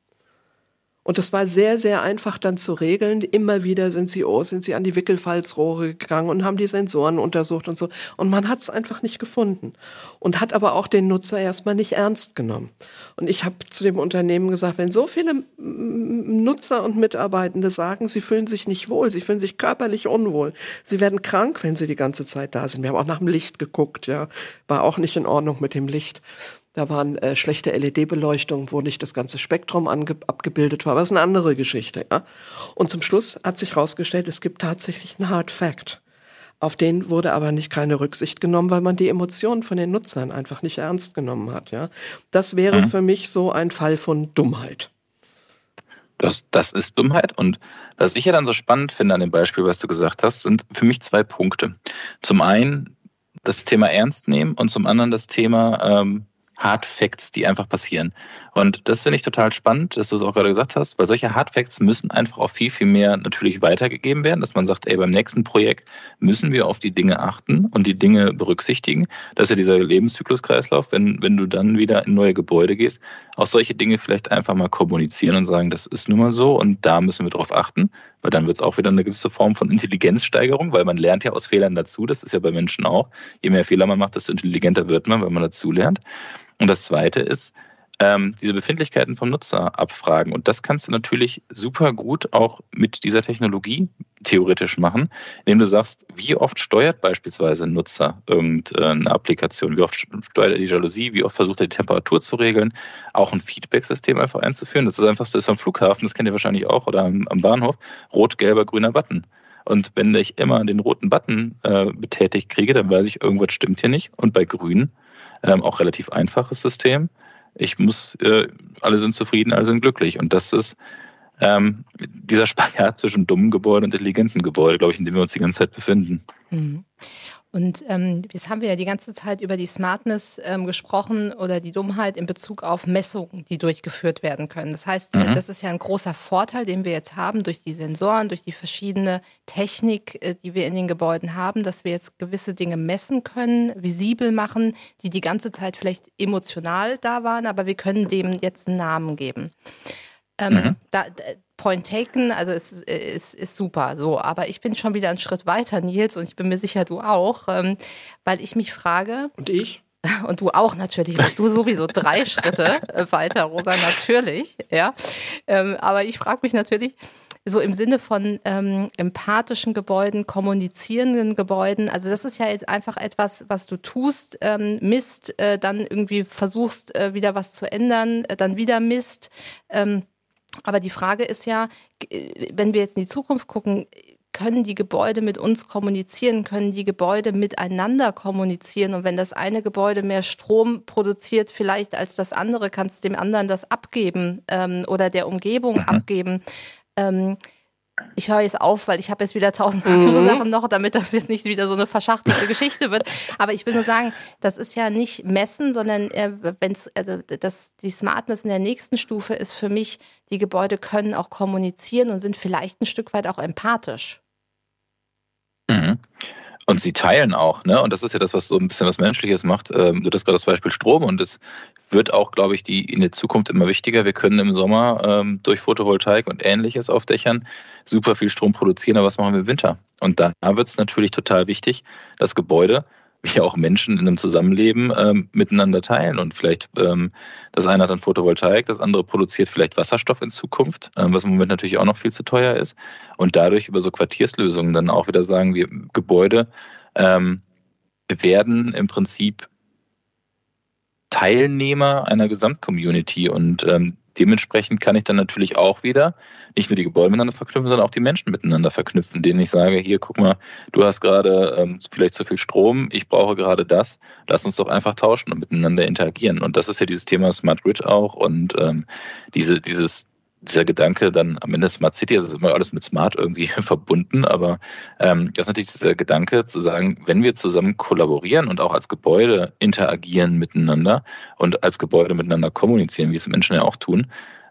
Und das war sehr, sehr einfach dann zu regeln. Immer wieder sind sie an die Wickelfalzrohre gegangen und haben die Sensoren untersucht und so. Und man hat es einfach nicht gefunden. Und hat aber auch den Nutzer erstmal nicht ernst genommen. Und ich habe zu dem Unternehmen gesagt, wenn so viele Nutzer und Mitarbeitende sagen, sie fühlen sich nicht wohl, sie fühlen sich körperlich unwohl, sie werden krank, wenn sie die ganze Zeit da sind. Wir haben auch nach dem Licht geguckt, ja. War auch nicht in Ordnung mit dem Licht. Da waren schlechte LED-Beleuchtung, wo nicht das ganze Spektrum abgebildet war. Aber das ist eine andere Geschichte. Ja? Und zum Schluss hat sich herausgestellt, es gibt tatsächlich einen Hard Fact. Auf den wurde aber keine Rücksicht genommen, weil man die Emotionen von den Nutzern einfach nicht ernst genommen hat. Ja? Das wäre für mich so ein Fall von Dummheit. Das ist Dummheit. Und was ich ja dann so spannend finde an dem Beispiel, was du gesagt hast, sind für mich 2 Punkte. Zum einen das Thema ernst nehmen und zum anderen das Thema Hard Facts, die einfach passieren. Und das finde ich total spannend, dass du es auch gerade gesagt hast, weil solche Hard Facts müssen einfach auch viel, viel mehr natürlich weitergegeben werden, dass man sagt, beim nächsten Projekt müssen wir auf die Dinge achten und die Dinge berücksichtigen. Das ist ja dieser Lebenszykluskreislauf, wenn du dann wieder in neue Gebäude gehst, auch solche Dinge vielleicht einfach mal kommunizieren und sagen, das ist nun mal so und da müssen wir drauf achten, weil dann wird es auch wieder eine gewisse Form von Intelligenzsteigerung, weil man lernt ja aus Fehlern dazu, das ist ja bei Menschen auch. Je mehr Fehler man macht, desto intelligenter wird man, wenn man dazu lernt. Und das Zweite ist, diese Befindlichkeiten vom Nutzer abfragen. Und das kannst du natürlich super gut auch mit dieser Technologie theoretisch machen, indem du sagst, wie oft steuert beispielsweise ein Nutzer irgendeine Applikation, wie oft steuert er die Jalousie, wie oft versucht er die Temperatur zu regeln, auch ein Feedback-System einfach einzuführen. Das ist einfach, das ist am Flughafen, das kennt ihr wahrscheinlich auch, oder am Bahnhof, rot, gelber, grüner Button. Und wenn ich immer den roten Button betätigt kriege, dann weiß ich, irgendwas stimmt hier nicht. Und bei grün, auch relativ einfaches System, alle sind zufrieden, alle sind glücklich. Und das ist dieser Spagat zwischen dummen Gebäuden und intelligenten Gebäuden, glaube ich, in dem wir uns die ganze Zeit befinden. Mhm. Und jetzt haben wir ja die ganze Zeit über die Smartness gesprochen oder die Dummheit in Bezug auf Messungen, die durchgeführt werden können. Das heißt, das ist ja ein großer Vorteil, den wir jetzt haben durch die Sensoren, durch die verschiedene Technik, die wir in den Gebäuden haben, dass wir jetzt gewisse Dinge messen können, visibel machen, die die ganze Zeit vielleicht emotional da waren, aber wir können dem jetzt einen Namen geben. Point taken, also es ist super so, aber ich bin schon wieder einen Schritt weiter, Nils, und ich bin mir sicher, du auch, weil ich mich frage. Und ich? Und du auch natürlich, du sowieso 3 Schritte weiter, Rosa, natürlich, ja. Aber ich frage mich natürlich, so im Sinne von empathischen Gebäuden, kommunizierenden Gebäuden, also das ist ja jetzt einfach etwas, was du tust, misst, dann irgendwie versuchst wieder was zu ändern, dann wieder misst, aber die Frage ist ja, wenn wir jetzt in die Zukunft gucken, können die Gebäude mit uns kommunizieren, können die Gebäude miteinander kommunizieren und wenn das eine Gebäude mehr Strom produziert vielleicht als das andere, kannst du dem anderen das abgeben oder der Umgebung abgeben. Ich höre jetzt auf, weil ich habe jetzt wieder 1000 andere Sachen noch, damit das jetzt nicht wieder so eine verschachtelte Geschichte wird. Aber ich will nur sagen, das ist ja nicht messen, sondern die Smartness in der nächsten Stufe ist für mich, die Gebäude können auch kommunizieren und sind vielleicht ein Stück weit auch empathisch. Und sie teilen auch, ne? Und das ist ja das, was so ein bisschen was Menschliches macht. Du hast gerade das Beispiel Strom und es wird auch, glaube ich, in der Zukunft immer wichtiger. Wir können im Sommer durch Photovoltaik und Ähnliches auf Dächern super viel Strom produzieren, aber was machen wir im Winter? Und da wird es natürlich total wichtig, dass Gebäude, wie auch Menschen in einem Zusammenleben miteinander teilen. Und vielleicht das eine hat dann Photovoltaik, das andere produziert vielleicht Wasserstoff in Zukunft, was im Moment natürlich auch noch viel zu teuer ist. Und dadurch über so Quartierslösungen dann auch wieder sagen, wir Gebäude werden im Prinzip Teilnehmer einer Gesamtcommunity und dementsprechend kann ich dann natürlich auch wieder nicht nur die Gebäude miteinander verknüpfen, sondern auch die Menschen miteinander verknüpfen, denen ich sage, hier, guck mal, du hast gerade vielleicht zu viel Strom, ich brauche gerade das, lass uns doch einfach tauschen und miteinander interagieren. Und das ist ja dieses Thema Smart Grid auch und dieser Gedanke dann am Ende Smart City, das ist immer alles mit Smart irgendwie verbunden, aber das ist natürlich dieser Gedanke zu sagen, wenn wir zusammen kollaborieren und auch als Gebäude interagieren miteinander und als Gebäude miteinander kommunizieren, wie es Menschen ja auch tun,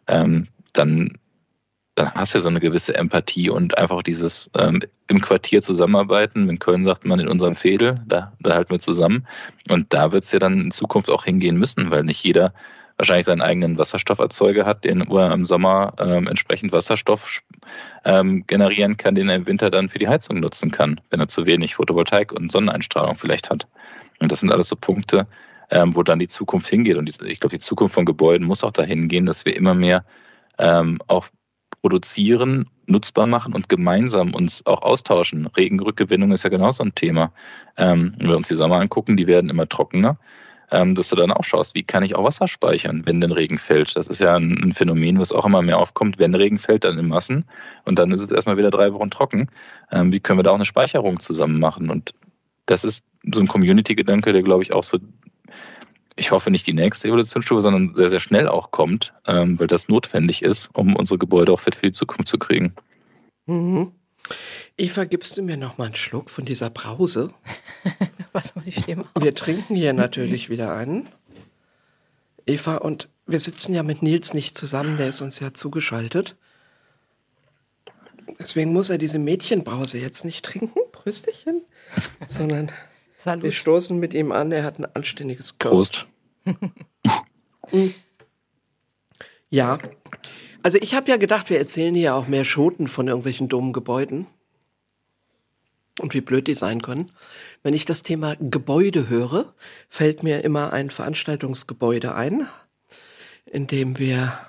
dann hast du ja so eine gewisse Empathie und einfach dieses im Quartier zusammenarbeiten. In Köln sagt man in unserem Veedel, da halten wir zusammen. Und da wird es ja dann in Zukunft auch hingehen müssen, weil nicht jeder wahrscheinlich seinen eigenen Wasserstofferzeuger hat, wo er im Sommer entsprechend Wasserstoff generieren kann, den er im Winter dann für die Heizung nutzen kann, wenn er zu wenig Photovoltaik und Sonneneinstrahlung vielleicht hat. Und das sind alles so Punkte, wo dann die Zukunft hingeht. Und ich glaube, die Zukunft von Gebäuden muss auch dahin gehen, dass wir immer mehr auch produzieren, nutzbar machen und gemeinsam uns auch austauschen. Regenrückgewinnung ist ja genauso ein Thema. Wenn wir uns die Sommer angucken, die werden immer trockener. Dass du dann auch schaust, wie kann ich auch Wasser speichern, wenn denn Regen fällt. Das ist ja ein Phänomen, was auch immer mehr aufkommt, wenn Regen fällt, dann in Massen und dann ist es erstmal wieder 3 Wochen trocken. Wie können wir da auch eine Speicherung zusammen machen? Und das ist so ein Community-Gedanke, der, glaube ich, auch so, ich hoffe nicht die nächste Evolutionsstufe, sondern sehr, sehr schnell auch kommt, weil das notwendig ist, um unsere Gebäude auch fit für die Zukunft zu kriegen. Mhm. Eva, gibst du mir noch mal einen Schluck von dieser Brause? Was soll ich dem Wir trinken hier natürlich wieder einen. Eva, und wir sitzen ja mit Nils nicht zusammen, der ist uns ja zugeschaltet. Deswegen muss er diese Mädchenbrause jetzt nicht trinken, Prösterchen, sondern Salut. Wir stoßen mit ihm an, er hat ein anständiges Kölsch. Prost. Ja, also ich habe ja gedacht, wir erzählen hier auch mehr Schoten von irgendwelchen dummen Gebäuden und wie blöd die sein können. Wenn ich das Thema Gebäude höre, fällt mir immer ein Veranstaltungsgebäude ein, in dem wir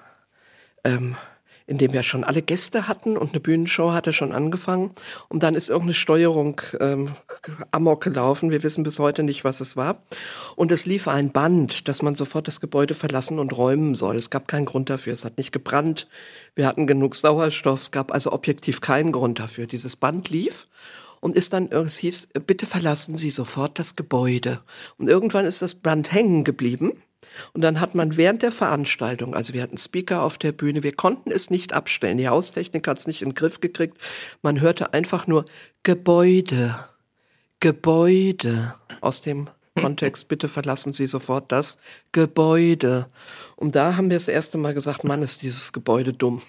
schon alle Gäste hatten und eine Bühnenshow hatte schon angefangen. Und dann ist irgendeine Steuerung amok gelaufen. Wir wissen bis heute nicht, was es war. Und es lief ein Band, dass man sofort das Gebäude verlassen und räumen soll. Es gab keinen Grund dafür. Es hat nicht gebrannt. Wir hatten genug Sauerstoff. Es gab also objektiv keinen Grund dafür. Dieses Band lief. Und es hieß, bitte verlassen Sie sofort das Gebäude. Und irgendwann ist das Band hängen geblieben. Und dann hat man während der Veranstaltung, also wir hatten Speaker auf der Bühne, wir konnten es nicht abstellen. Die Haustechnik hat es nicht in den Griff gekriegt. Man hörte einfach nur Gebäude, Gebäude. Aus dem Kontext, bitte verlassen Sie sofort das Gebäude. Und da haben wir das erste Mal gesagt, Mann, ist dieses Gebäude dumm.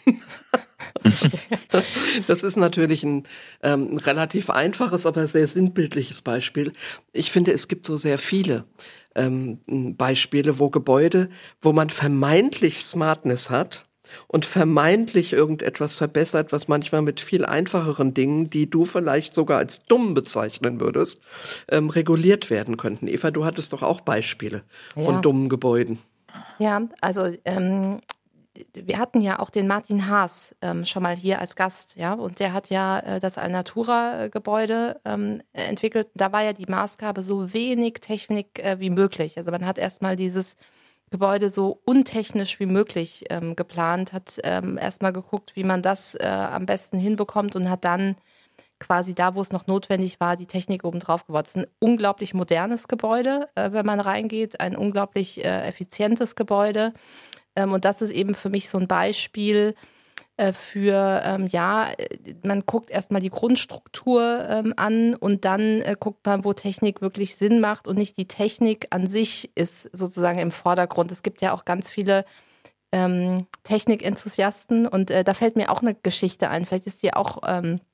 Das ist natürlich ein relativ einfaches, aber sehr sinnbildliches Beispiel. Ich finde, es gibt so sehr viele Beispiele, wo man vermeintlich Smartness hat und vermeintlich irgendetwas verbessert, was manchmal mit viel einfacheren Dingen, die du vielleicht sogar als dumm bezeichnen würdest, reguliert werden könnten. Eva, du hattest doch auch Beispiele von dummen Gebäuden. Ja, also wir hatten ja auch den Martin Haas schon mal hier als Gast, ja, und der hat ja das Alnatura-Gebäude entwickelt. Da war ja die Maßgabe so wenig Technik wie möglich. Also man hat erstmal dieses Gebäude so untechnisch wie möglich geplant, hat erstmal geguckt, wie man das am besten hinbekommt und hat dann quasi da, wo es noch notwendig war, die Technik oben drauf gebaut. Es ist ein unglaublich modernes Gebäude, wenn man reingeht, ein unglaublich effizientes Gebäude. Und das ist eben für mich so ein Beispiel für, man guckt erstmal die Grundstruktur an und dann guckt man, wo Technik wirklich Sinn macht und nicht die Technik an sich ist sozusagen im Vordergrund. Es gibt ja auch ganz viele Technikenthusiasten und da fällt mir auch eine Geschichte ein, vielleicht ist die auch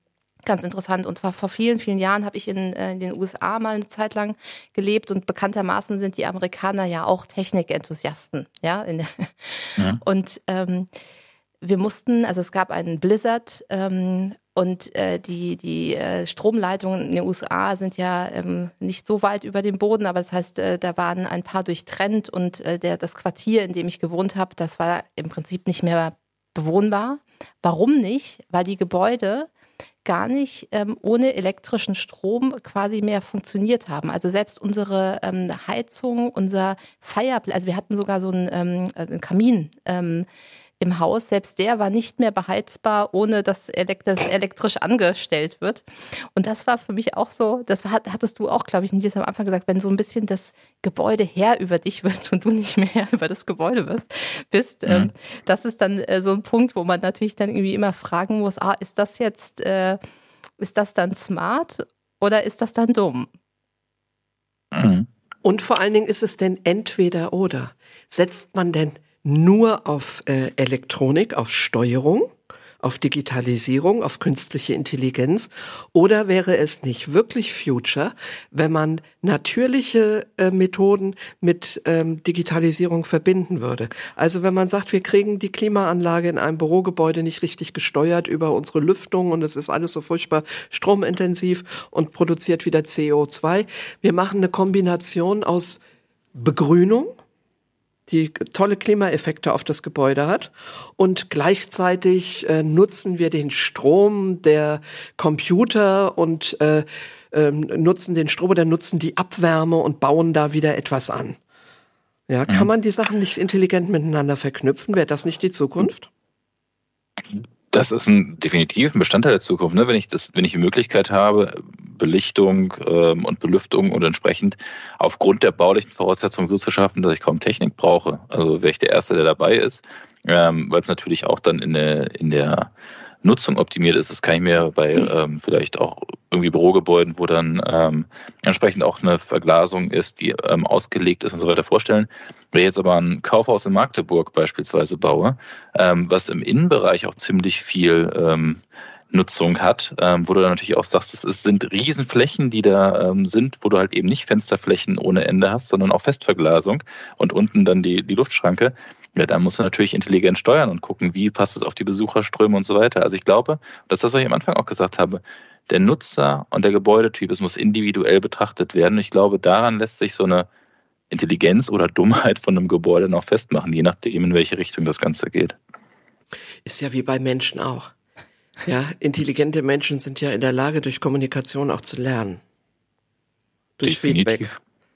Ganz interessant. Und zwar vor vielen, vielen Jahren habe ich in den USA mal eine Zeit lang gelebt und bekanntermaßen sind die Amerikaner ja auch Technikenthusiasten. Ja? Und wir mussten, also es gab einen Blizzard und die Stromleitungen in den USA sind ja nicht so weit über dem Boden, aber das heißt, da waren ein paar durchtrennt und das Quartier, in dem ich gewohnt habe, das war im Prinzip nicht mehr bewohnbar. Warum nicht? Weil die Gebäude gar nicht ohne elektrischen Strom quasi mehr funktioniert haben. Also selbst unsere Heizung, unser Fireplace, also wir hatten sogar so einen Kamin im Haus, selbst der war nicht mehr beheizbar, ohne dass das elektrisch angestellt wird. Und das war für mich auch so, hattest du auch, glaube ich, Nils, am Anfang gesagt, wenn so ein bisschen das Gebäude Herr über dich wird und du nicht mehr Herr über das Gebäude bist, das ist dann so ein Punkt, wo man natürlich dann irgendwie immer fragen muss, ist das dann smart oder ist das dann dumm? Und vor allen Dingen ist es denn entweder oder. Setzt man denn nur auf Elektronik, auf Steuerung, auf Digitalisierung, auf künstliche Intelligenz? Oder wäre es nicht wirklich Future, wenn man natürliche Methoden mit Digitalisierung verbinden würde? Also wenn man sagt, wir kriegen die Klimaanlage in einem Bürogebäude nicht richtig gesteuert über unsere Lüftung und es ist alles so furchtbar stromintensiv und produziert wieder CO2. Wir machen eine Kombination aus Begrünung, die tolle Klimaeffekte auf das Gebäude hat. Und gleichzeitig nutzen wir den Strom der Computer und nutzen den Strom oder nutzen die Abwärme und bauen da wieder etwas an. Ja, kann man die Sachen nicht intelligent miteinander verknüpfen? Wäre das nicht die Zukunft? Das ist definitiv ein Bestandteil der Zukunft. Ne? Wenn ich die Möglichkeit habe, Belichtung und Belüftung und entsprechend aufgrund der baulichen Voraussetzungen so zu schaffen, dass ich kaum Technik brauche. Also wäre ich der Erste, der dabei ist, weil es natürlich auch dann in der Nutzung optimiert ist. Das kann ich mir bei vielleicht auch irgendwie Bürogebäuden, wo dann entsprechend auch eine Verglasung ist, die ausgelegt ist und so weiter vorstellen. Wenn ich jetzt aber ein Kaufhaus in Magdeburg beispielsweise baue, was im Innenbereich auch ziemlich viel Nutzung hat, wo du dann natürlich auch sagst, es sind Riesenflächen, die da sind, wo du halt eben nicht Fensterflächen ohne Ende hast, sondern auch Festverglasung und unten dann die Luftschranke. Ja, dann musst du natürlich intelligent steuern und gucken, wie passt es auf die Besucherströme und so weiter. Also ich glaube, das ist das, was ich am Anfang auch gesagt habe, der Nutzer und der Gebäudetyp, es muss individuell betrachtet werden. Ich glaube, daran lässt sich so eine Intelligenz oder Dummheit von einem Gebäude noch festmachen, je nachdem, in welche Richtung das Ganze geht. Ist ja wie bei Menschen auch. Ja, intelligente Menschen sind ja in der Lage, durch Kommunikation auch zu lernen. Durch Feedback.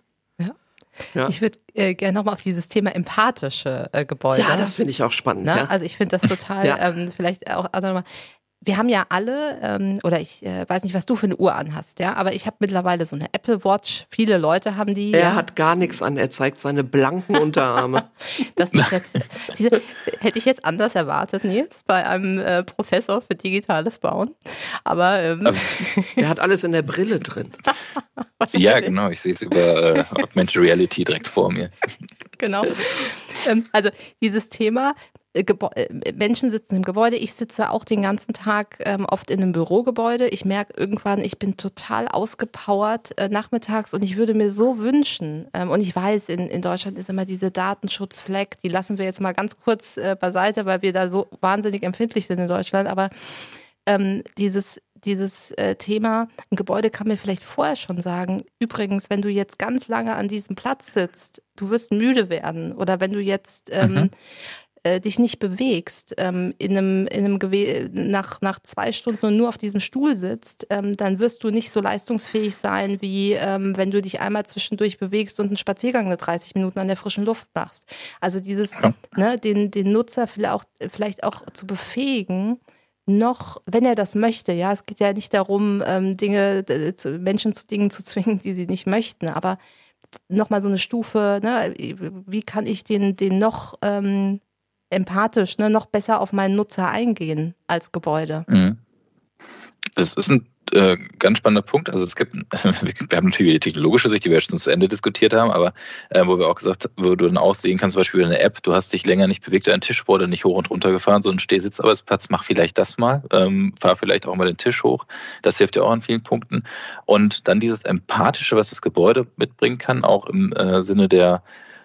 Ja. Ich würde gerne nochmal auf dieses Thema empathische Gebäude. Ja, das finde ich auch spannend. Ne? Ja. Also ich finde das total, vielleicht auch nochmal. Wir haben ja alle, oder ich weiß nicht, was du für eine Uhr anhast, ja, aber ich habe mittlerweile so eine Apple Watch. Viele Leute haben die. Er hat gar nichts an, er zeigt seine blanken Unterarme. Das ist jetzt, hätte ich jetzt anders erwartet, Nils, bei einem Professor für digitales Bauen. Aber er hat alles in der Brille drin. Ja, genau, ich sehe es über Augmented Reality direkt vor mir. Genau. Also dieses Thema, Menschen sitzen im Gebäude, ich sitze auch den ganzen Tag oft in einem Bürogebäude. Ich merke irgendwann, ich bin total ausgepowert nachmittags und ich würde mir so wünschen, und ich weiß, in Deutschland ist immer diese Datenschutzfleck, die lassen wir jetzt mal ganz kurz beiseite, weil wir da so wahnsinnig empfindlich sind in Deutschland, aber dieses Thema, ein Gebäude kann mir vielleicht vorher schon sagen, übrigens, wenn du jetzt ganz lange an diesem Platz sitzt, du wirst müde werden, oder wenn du jetzt dich nicht bewegst, nach 2 Stunden und nur auf diesem Stuhl sitzt, dann wirst du nicht so leistungsfähig sein, wie wenn du dich einmal zwischendurch bewegst und einen Spaziergang eine 30 Minuten an der frischen Luft machst. Also dieses, den Nutzer vielleicht auch zu befähigen, noch, wenn er das möchte, ja, es geht ja nicht darum, Menschen zu Dingen zu zwingen, die sie nicht möchten, aber nochmal so eine Stufe, ne, wie kann ich den noch empathisch, ne, noch besser auf meinen Nutzer eingehen als Gebäude. Das ist ein ganz spannender Punkt. Also es gibt, wir haben natürlich die technologische Sicht, die wir schon zu Ende diskutiert haben, aber wo wir auch gesagt haben, wo du dann auch sehen kannst, zum Beispiel eine App, du hast dich länger nicht bewegt, ein Tisch wurde nicht hoch und runter gefahren, so ein Steh-Sitz-Arbeitsplatz, mach vielleicht das mal, fahr vielleicht auch mal den Tisch hoch. Das hilft ja auch an vielen Punkten. Und dann dieses Empathische, was das Gebäude mitbringen kann, auch im Sinne der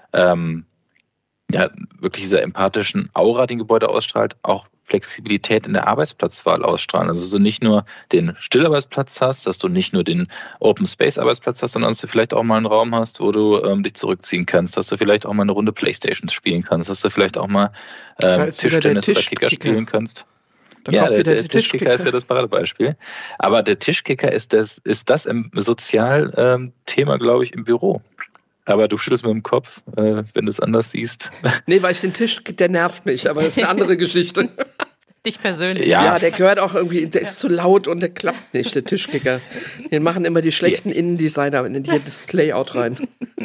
wirklich dieser empathischen Aura, die ein Gebäude ausstrahlt, auch Flexibilität in der Arbeitsplatzwahl ausstrahlen. Also so nicht nur den Stillarbeitsplatz hast, dass du nicht nur den Open Space Arbeitsplatz hast, sondern dass du vielleicht auch mal einen Raum hast, wo du dich zurückziehen kannst, dass du vielleicht auch mal eine Runde Playstations spielen kannst, dass du vielleicht auch mal Tischtennis oder Kicker spielen kannst. Ja, der Tischkicker ist ja das Paradebeispiel. Aber der Tischkicker ist das Sozialthema, glaube ich, im Büro. Aber du schüttelst mit dem Kopf, wenn du es anders siehst. Nee, weil der nervt mich, aber das ist eine andere Geschichte. Dich persönlich. Ja, der gehört auch irgendwie, der ist zu laut und der klappt nicht, der Tischkicker. Den machen immer die schlechten Innendesigner in das Layout rein.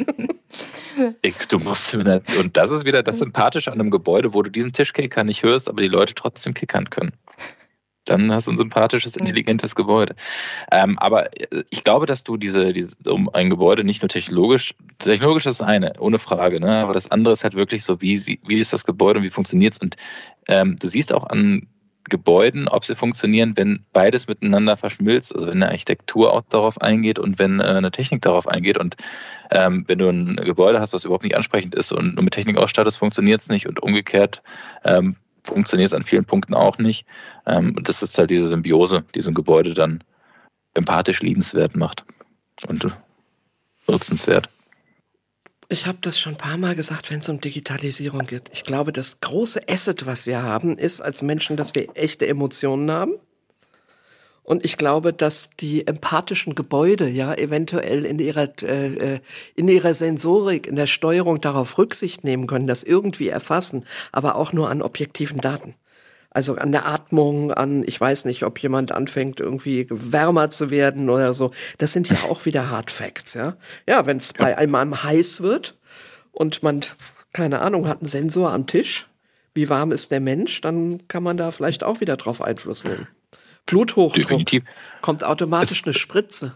Du musst, und das ist wieder das Sympathische an einem Gebäude, wo du diesen Tischkicker nicht hörst, aber die Leute trotzdem kickern können. Dann hast du ein sympathisches, intelligentes Gebäude. Aber ich glaube, dass du um ein Gebäude nicht nur technologisch ist das eine, ohne Frage, ne? Aber das andere ist halt wirklich so, wie ist das Gebäude und wie funktioniert es? Und du siehst auch an Gebäuden, ob sie funktionieren, wenn beides miteinander verschmilzt, also wenn eine Architektur auch darauf eingeht und wenn eine Technik darauf eingeht. Und wenn du ein Gebäude hast, was überhaupt nicht ansprechend ist und nur mit Technik ausstattest, funktioniert es nicht und umgekehrt funktioniert es an vielen Punkten auch nicht. Und das ist halt diese Symbiose, die so ein Gebäude dann empathisch liebenswert macht und nutzenswert. Ich habe das schon ein paar Mal gesagt, wenn es um Digitalisierung geht. Ich glaube, das große Asset, was wir haben, ist als Menschen, dass wir echte Emotionen haben. Und ich glaube, dass die empathischen Gebäude ja eventuell in ihrer Sensorik, in der Steuerung darauf Rücksicht nehmen können, das irgendwie erfassen, aber auch nur an objektiven Daten. Also an der Atmung, ich weiß nicht, ob jemand anfängt, irgendwie wärmer zu werden oder so. Das sind ja auch wieder Hard Facts, ja. Ja, wenn es bei einem heiß wird und man, keine Ahnung, hat einen Sensor am Tisch, wie warm ist der Mensch, dann kann man da vielleicht auch wieder drauf Einfluss nehmen. Bluthochdruck. Definitiv. Kommt automatisch eine Spritze.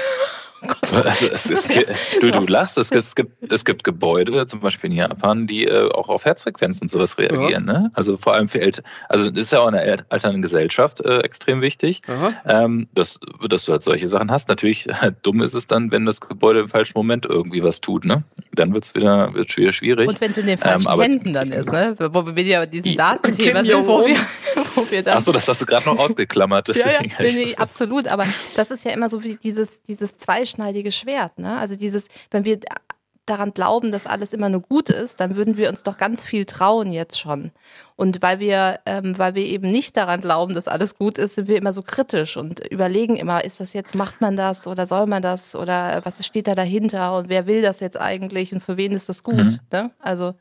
Du lachst, es gibt Gebäude, zum Beispiel in Japan, die auch auf Herzfrequenz und sowas reagieren. Ja. Ne? Also vor allem für Ältere. Also das ist ja auch in einer alternden Gesellschaft extrem wichtig, dass du halt solche Sachen hast. Natürlich dumm ist es dann, wenn das Gebäude im falschen Moment irgendwie was tut. Ne? Dann wird's wieder schwierig. Und wenn es in den falschen Händen dann ist, ne? Wo wir ja diesem Datenthema sind, wo wir dann... Achso, das hast du gerade noch ausgeklammert. Nee, absolut. Aber das ist ja immer so wie dieses zweischneidige Schwert, ne? Also wenn wir daran glauben, dass alles immer nur gut ist, dann würden wir uns doch ganz viel trauen jetzt schon. Und weil wir eben nicht daran glauben, dass alles gut ist, sind wir immer so kritisch und überlegen immer, macht man das oder soll man das oder was steht da dahinter und wer will das jetzt eigentlich und für wen ist das gut, ne? Also.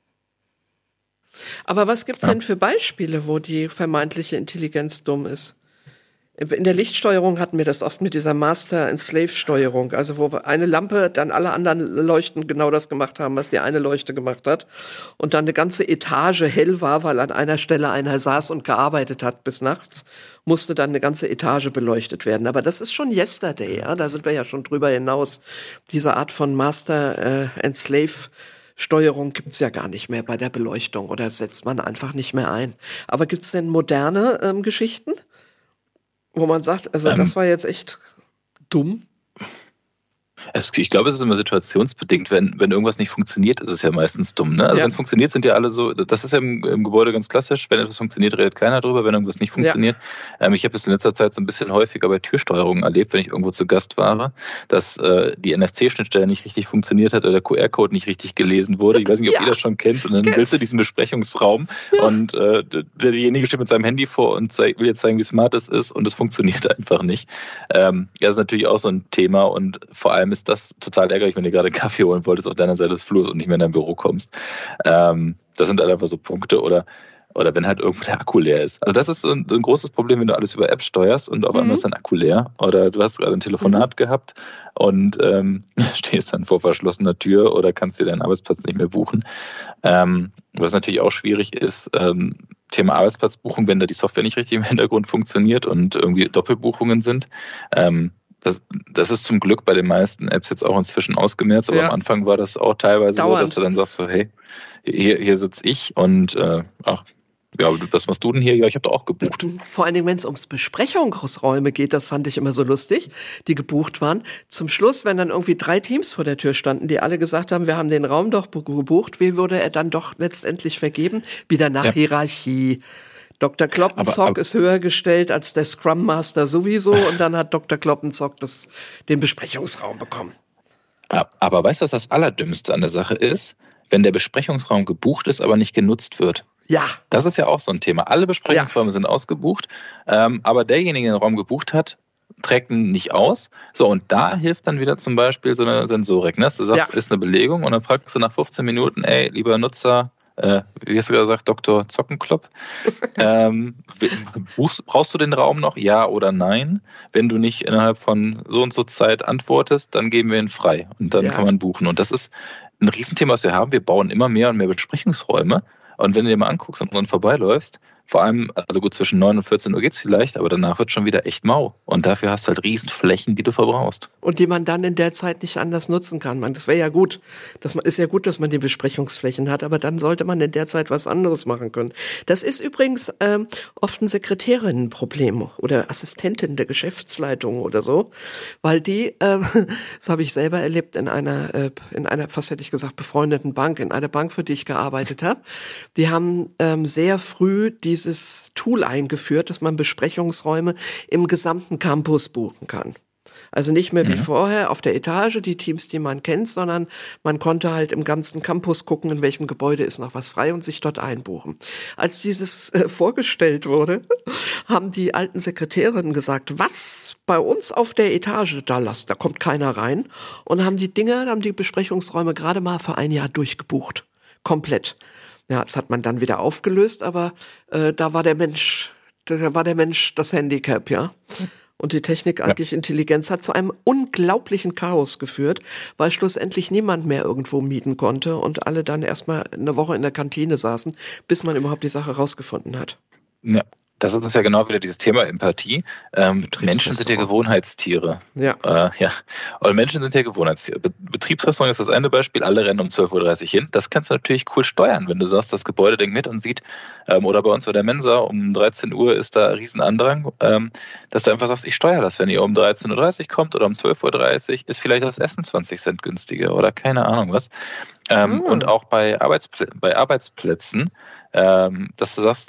Aber was gibt's denn für Beispiele, wo die vermeintliche Intelligenz dumm ist? In der Lichtsteuerung hatten wir das oft mit dieser Master-and-Slave-Steuerung, also wo eine Lampe, dann alle anderen Leuchten genau das gemacht haben, was die eine Leuchte gemacht hat. Und dann eine ganze Etage hell war, weil an einer Stelle einer saß und gearbeitet hat bis nachts, musste dann eine ganze Etage beleuchtet werden. Aber das ist schon yesterday, ja, da sind wir ja schon drüber hinaus. Diese Art von Master-and-Slave-Steuerung gibt's ja gar nicht mehr bei der Beleuchtung oder setzt man einfach nicht mehr ein. Aber gibt's denn moderne Geschichten? Wo man sagt, also das war jetzt echt dumm. Ich glaube, es ist immer situationsbedingt. Wenn irgendwas nicht funktioniert, ist es ja meistens dumm. Ne? Also wenn es funktioniert, sind ja alle so, das ist ja im Gebäude ganz klassisch. Wenn etwas funktioniert, redet keiner drüber. Wenn irgendwas nicht funktioniert. Ich habe es in letzter Zeit so ein bisschen häufiger bei Türsteuerungen erlebt, wenn ich irgendwo zu Gast war, dass die NFC-Schnittstelle nicht richtig funktioniert hat oder der QR-Code nicht richtig gelesen wurde. Ich weiß nicht, ob ihr das schon kennt. Und dann willst du diesen Besprechungsraum und derjenige steht mit seinem Handy vor und will jetzt zeigen, wie smart es ist und es funktioniert einfach nicht. Das ist natürlich auch so ein Thema und vor allem ist das total ärgerlich, wenn du gerade einen Kaffee holen wolltest auf deiner Seite des Flurs und nicht mehr in dein Büro kommst. Das sind halt einfach so Punkte oder wenn halt irgendwo der Akku leer ist. Also das ist so ein großes Problem, wenn du alles über Apps steuerst und auf einmal ist dein Akku leer oder du hast gerade ein Telefonat gehabt und stehst dann vor verschlossener Tür oder kannst dir deinen Arbeitsplatz nicht mehr buchen. Was natürlich auch schwierig ist, Thema Arbeitsplatzbuchung, wenn da die Software nicht richtig im Hintergrund funktioniert und irgendwie Doppelbuchungen sind. Das ist zum Glück bei den meisten Apps jetzt auch inzwischen ausgemerzt, aber am Anfang war das auch teilweise so, dass du dann sagst so, hey, hier sitze ich und ja, was machst du denn hier? Ja, ich habe da auch gebucht. Vor allen Dingen, wenn es ums Besprechungsräume geht, das fand ich immer so lustig, die gebucht waren. Zum Schluss, wenn dann irgendwie 3 Teams vor der Tür standen, die alle gesagt haben, wir haben den Raum doch gebucht, wie wurde er dann doch letztendlich vergeben? Wieder nach Hierarchie. Dr. Kloppenzock ist höher gestellt als der Scrum Master sowieso und dann hat Dr. Kloppenzock den Besprechungsraum bekommen. Aber weißt du, was das Allerdümmste an der Sache ist? Wenn der Besprechungsraum gebucht ist, aber nicht genutzt wird. Ja. Das ist ja auch so ein Thema. Alle Besprechungsräume sind ausgebucht, aber derjenige, der den Raum gebucht hat, trägt ihn nicht aus. So, und da hilft dann wieder zum Beispiel so eine Sensorik. Ne? Du sagst, ist eine Belegung und dann fragst du nach 15 Minuten, ey, lieber Nutzer, wie hast du gesagt, Dr. Zockenklopp, brauchst du den Raum noch, ja oder nein? Wenn du nicht innerhalb von so und so Zeit antwortest, dann geben wir ihn frei und dann kann man buchen. Und das ist ein Riesenthema, was wir haben. Wir bauen immer mehr und mehr Besprechungsräume. Und wenn du dir mal anguckst und dann vorbeiläufst, vor allem, also gut, zwischen 9 und 14 Uhr geht's vielleicht, aber danach wird schon wieder echt mau. Und dafür hast du halt Riesenflächen, die du verbrauchst. Und die man dann in der Zeit nicht anders nutzen kann. Das wäre ja gut. Ist ja gut, dass man die Besprechungsflächen hat, aber dann sollte man in der Zeit was anderes machen können. Das ist übrigens oft ein Sekretärinnenproblem oder Assistentin der Geschäftsleitung oder so, weil die, das habe ich selber erlebt in einer, fast hätte ich gesagt, befreundeten Bank, in einer Bank, für die ich gearbeitet habe. Die haben sehr früh dieses Tool eingeführt, dass man Besprechungsräume im gesamten Campus buchen kann. Also nicht mehr wie vorher auf der Etage, die Teams, die man kennt, sondern man konnte halt im ganzen Campus gucken, in welchem Gebäude ist noch was frei und sich dort einbuchen. Als dieses vorgestellt wurde, haben die alten Sekretärinnen gesagt, was bei uns auf der Etage, da kommt keiner rein, und haben die Besprechungsräume gerade mal für ein Jahr durchgebucht. Komplett. Ja, das hat man dann wieder aufgelöst, aber da war der Mensch das Handicap, ja. Und die technikalische Intelligenz hat zu einem unglaublichen Chaos geführt, weil schlussendlich niemand mehr irgendwo mieten konnte und alle dann erstmal eine Woche in der Kantine saßen, bis man überhaupt die Sache rausgefunden hat. Ja. Das ist ja genau wieder dieses Thema Empathie. Menschen sind ja Gewohnheitstiere. Ja. Und Menschen sind ja Gewohnheitstiere. Betriebsrestaurant ist das eine Beispiel. Alle rennen um 12.30 Uhr hin. Das kannst du natürlich cool steuern, wenn du sagst, das Gebäude denkt mit und sieht, oder bei uns bei der Mensa um 13 Uhr ist da ein Riesenandrang, dass du einfach sagst, ich steuere das. Wenn ihr um 13.30 Uhr kommt oder um 12.30 Uhr, ist vielleicht das Essen 20 Cent günstiger oder keine Ahnung was. Und auch bei Arbeitsplätzen, dass du sagst,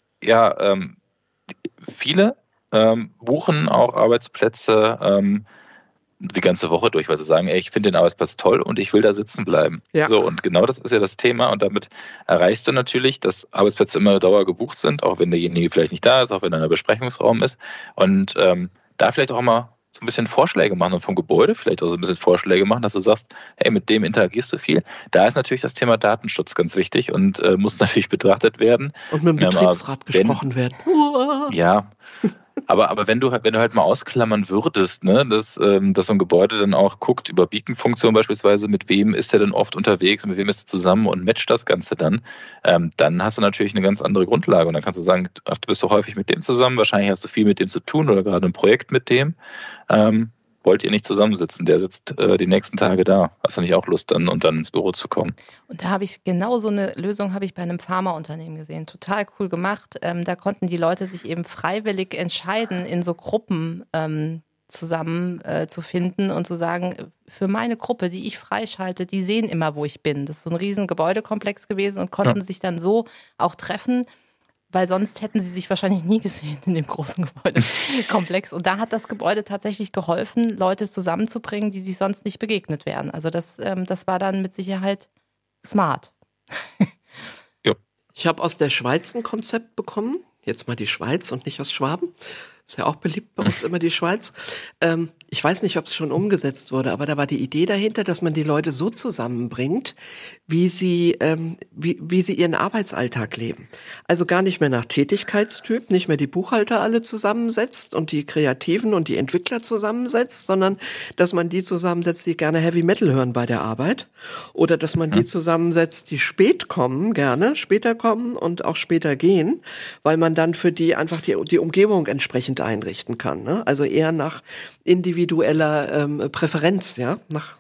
viele buchen auch Arbeitsplätze die ganze Woche durch, weil sie sagen, ey, ich finde den Arbeitsplatz toll und ich will da sitzen bleiben. Ja. So, und genau das ist ja das Thema und damit erreichst du natürlich, dass Arbeitsplätze immer Dauer gebucht sind, auch wenn derjenige vielleicht nicht da ist, auch wenn er in einem Besprechungsraum ist und da vielleicht auch mal so ein bisschen Vorschläge machen und vom Gebäude vielleicht auch so ein bisschen Vorschläge machen, dass du sagst, hey, mit dem interagierst du viel. Da ist natürlich das Thema Datenschutz ganz wichtig und muss natürlich betrachtet werden. Und mit dem Betriebsrat gesprochen werden. Ja, aber wenn du halt mal ausklammern würdest, ne, dass so ein Gebäude dann auch guckt über Beacon-Funktion beispielsweise, mit wem ist er denn oft unterwegs und mit wem ist er zusammen und matcht das Ganze dann hast du natürlich eine ganz andere Grundlage und dann kannst du sagen, ach, du bist doch häufig mit dem zusammen, wahrscheinlich hast du viel mit dem zu tun oder gerade ein Projekt mit dem. Wollt ihr nicht zusammensitzen? Der sitzt die nächsten Tage da. Hast du nicht auch Lust, dann ins Büro zu kommen? Und da habe ich genau so eine Lösung bei einem Pharmaunternehmen gesehen. Total cool gemacht. Da konnten die Leute sich eben freiwillig entscheiden, in so Gruppen zusammen zu finden und zu sagen, für meine Gruppe, die ich freischalte, die sehen immer, wo ich bin. Das ist so ein riesen Gebäudekomplex gewesen und konnten sich dann so auch treffen, weil sonst hätten sie sich wahrscheinlich nie gesehen in dem großen Gebäudekomplex. Und da hat das Gebäude tatsächlich geholfen, Leute zusammenzubringen, die sich sonst nicht begegnet wären. Also das war dann mit Sicherheit smart. Ja. Ich habe aus der Schweiz ein Konzept bekommen, jetzt mal die Schweiz und nicht aus Schwaben. Ist ja auch beliebt bei uns immer die Schweiz. Ich weiß nicht, ob es schon umgesetzt wurde, aber da war die Idee dahinter, dass man die Leute so zusammenbringt, wie sie ihren Arbeitsalltag leben. Also gar nicht mehr nach Tätigkeitstyp, nicht mehr die Buchhalter alle zusammensetzt und die Kreativen und die Entwickler zusammensetzt, sondern dass man die zusammensetzt, die gerne Heavy Metal hören bei der Arbeit, oder dass man die zusammensetzt, die später kommen und auch später gehen, weil man dann für die einfach die Umgebung entsprechend einrichten kann. Ne? Also eher nach individueller Präferenz, ja, nach